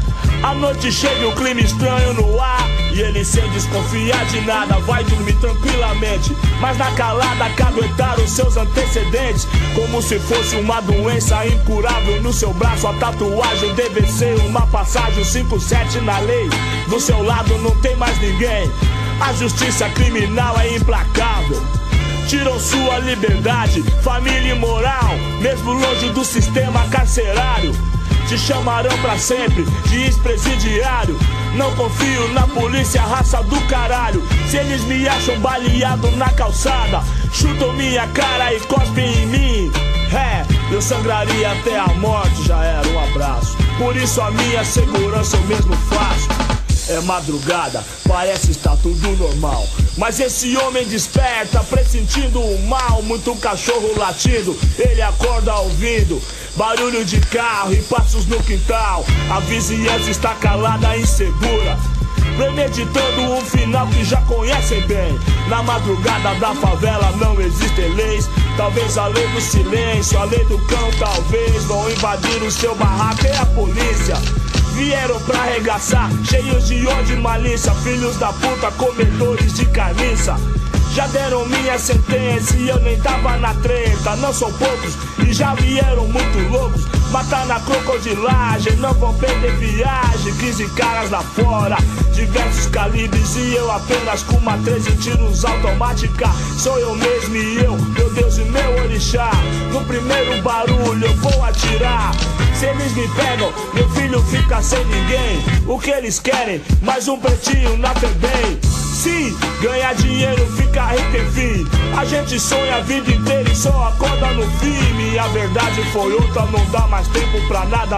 A noite chega e um clima estranho no ar, e ele sem desconfiar de nada vai dormir tranquilamente, mas na calada caguetaram seus antecedentes, como se fosse uma doença incurável no seu braço. A tatuagem deve ser uma passagem cinco sete na lei. Do seu lado não tem mais ninguém. A justiça criminal é implacável. Tiram sua liberdade, família e moral, mesmo longe do sistema carcerário. Te chamarão pra sempre de ex-presidiário. Não confio na polícia, raça do caralho. Se eles me acham baleado na calçada, chutam minha cara e cospem em mim. É, eu sangraria até a morte, já era um abraço. Por isso a minha segurança eu mesmo faço. É madrugada, parece estar tudo normal, mas esse homem desperta, pressentindo o mal. Muito cachorro latindo, ele acorda ouvindo barulho de carro e passos no quintal. A vizinhança está calada e insegura, premeditando um final que já conhecem bem. Na madrugada da favela não existem leis. Talvez a lei do silêncio, a lei do cão, talvez vão invadir o seu barraco e a polícia. Vieram pra arregaçar, cheios de ódio e malícia. Filhos da puta, comedores de carniça. Já deram minha sentença e eu nem tava na treta. Não são poucos e já vieram muito loucos. Matar na crocodilagem, não vão perder viagem. Quinze caras lá fora, diversos calibres, e eu apenas com uma treze tiros automática. Sou eu mesmo e eu, meu Deus e meu orixá. No primeiro barulho eu vou atirar. Se eles me pegam, meu filho fica sem ninguém. O que eles querem? Mais um pretinho na FEBEM. Sim, ganhar dinheiro, ficar rico enfim. A gente sonha a vida inteira e só acorda no fim. E a verdade foi outra, não dá mais tempo pra nada.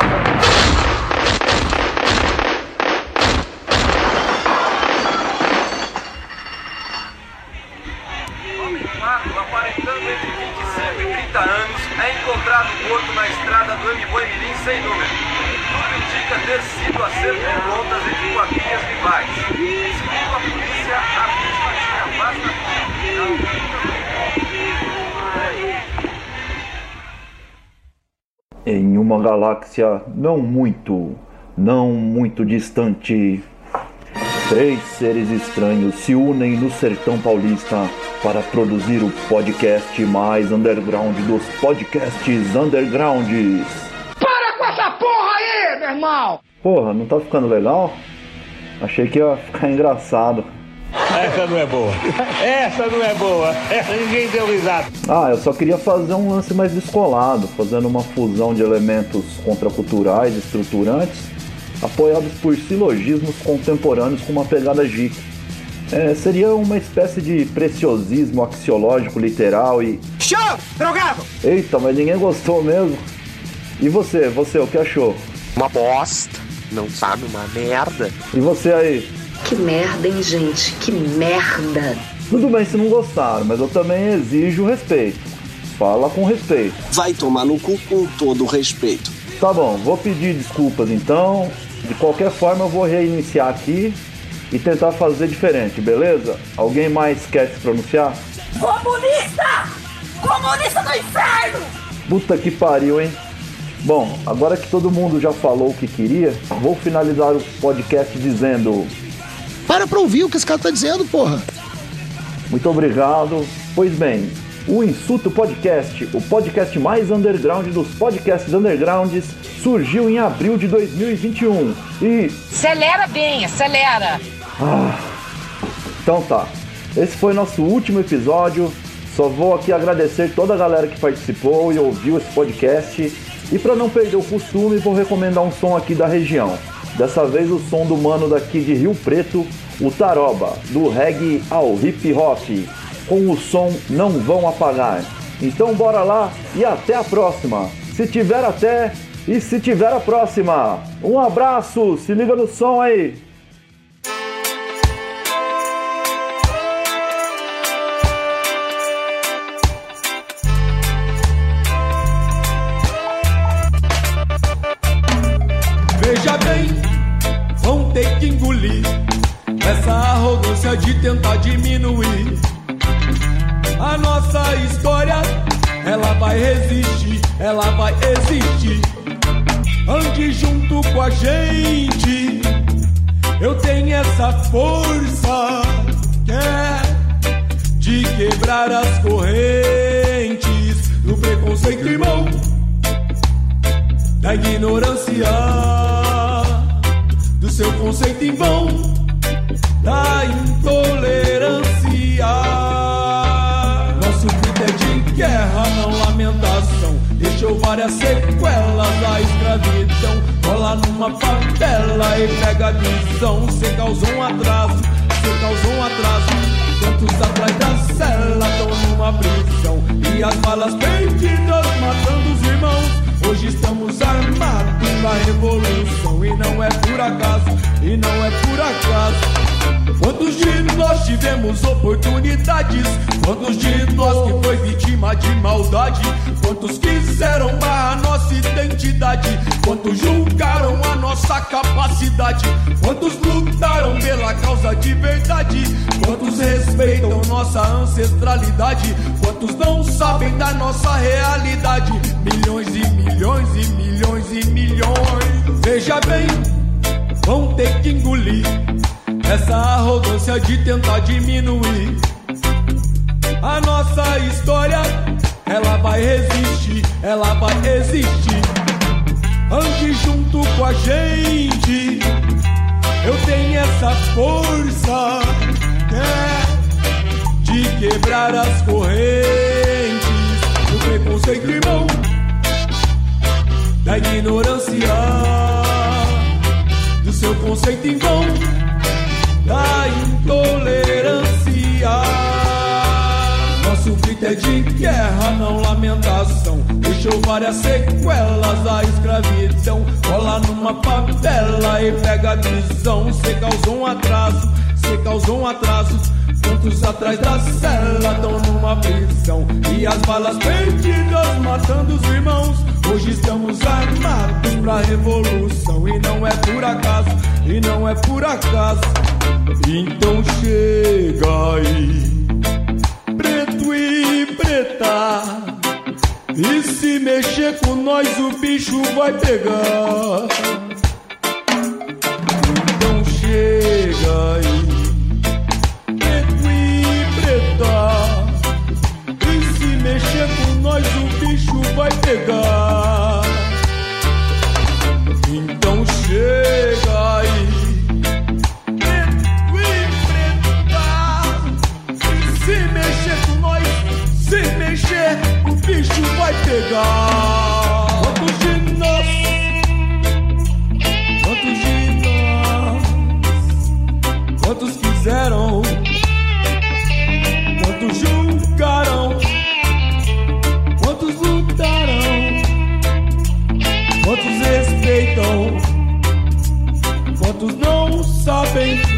Homem magro, aparentando entre vinte e cinco e trinta anos, é encontrado morto na estrada do Mboi Mirim sem número. Tudo indica ter sido acerto de contas entre quadrilhas rivais. Segundo a polícia, a vítima tinha vasta... Em uma galáxia não muito, não muito distante, três seres estranhos se unem no sertão paulista para produzir o podcast mais underground dos podcasts undergrounds. Para com essa porra aí, meu irmão! Porra, não tá ficando legal? Achei que ia ficar engraçado. Essa não é boa. Essa não é boa. Essa ninguém deu risada. Ah, eu só queria fazer um lance mais descolado, fazendo uma fusão de elementos contraculturais e estruturantes, apoiados por silogismos contemporâneos com uma pegada geek. É, seria uma espécie de preciosismo axiológico literal e... Show! Drogado! Eita, mas ninguém gostou mesmo. E você, você, o que achou? Uma bosta. Não sabe, uma merda. E você aí? Que merda, hein, gente? Que merda. Tudo bem se não gostaram, mas eu também exijo respeito. Fala com respeito. Vai tomar no cu com todo respeito. Tá bom, vou pedir desculpas então. De qualquer forma eu vou reiniciar aqui e tentar fazer diferente, beleza? Alguém mais quer se pronunciar? Comunista! Comunista do inferno! Puta que pariu, hein? Bom, agora que todo mundo já falou o que queria, vou finalizar o podcast dizendo... Para pra ouvir o que esse cara tá dizendo, porra! Muito obrigado. Pois bem, o Insulto Podcast, o podcast mais underground dos podcasts undergrounds, surgiu em abril de dois mil e vinte e um e... Acelera bem, acelera! Ah, então tá, esse foi nosso último episódio. Só vou aqui agradecer toda a galera que participou e ouviu esse podcast. E para não perder o costume, vou recomendar um som aqui da região. Dessa vez o som do mano daqui de Rio Preto, o Taroba, do reggae ao hip hop, com o som Não Vão Apagar. Então bora lá e até a próxima. Se tiver até e se tiver a próxima. Um abraço, se liga no som aí. Veja bem, vão ter que engolir essa arrogância de tentar diminuir a nossa história. Ela vai resistir, ela vai existir. Ande junto com a gente. Eu tenho essa força que é de quebrar as correntes do preconceito, irmão, da ignorância, do seu conceito em vão, da intolerância. Nosso grito é de guerra, não lamentação. Deixou várias sequelas da escravidão. Cola numa favela e pega a visão. Cê causou um atraso, cê causou um atraso. Quantos atrás da cela estão numa prisão? E as balas perdidas matando os irmãos. Hoje estamos armados pra revolução. E não é por acaso, e não é por acaso. Quantos de nós tivemos oportunidades? Quantos de nós que foi vítima de maldade? Quantos quiseram barrar nossa identidade? Quantos julgaram a nossa capacidade? Quantos lutaram pela causa de verdade? Quantos respeitam nossa ancestralidade? Quantos não sabem da nossa realidade? Milhões e milhões e milhões e milhões. Veja bem, vão ter que engolir essa arrogância de tentar diminuir a nossa história. Ela vai resistir, ela vai existir. Ande junto com a gente. Eu tenho essa força que é de quebrar as correntes do preconceito, irmão, da ignorância, do seu conceito em vão, da intolerância. Nosso grito é de guerra, não lamentação. Deixou várias sequelas da escravidão. Cola numa favela e pega a visão. Cê causou um atraso, cê causou um atraso. Quantos atrás da cela estão numa prisão? E as balas perdidas matando os irmãos. Hoje estamos armados pra revolução. E não é por acaso, e não é por acaso. Então chega aí, preto e preta, e se mexer com nós o bicho vai pegar. Então chega aí, preto e preta, e se mexer com nós o bicho vai pegar. Então chega aí, preto e preta. vai pegar. Quantos de nós, quantos de nós, quantos quiseram, quantos julgaram, quantos lutaram, quantos respeitam, quantos não sabem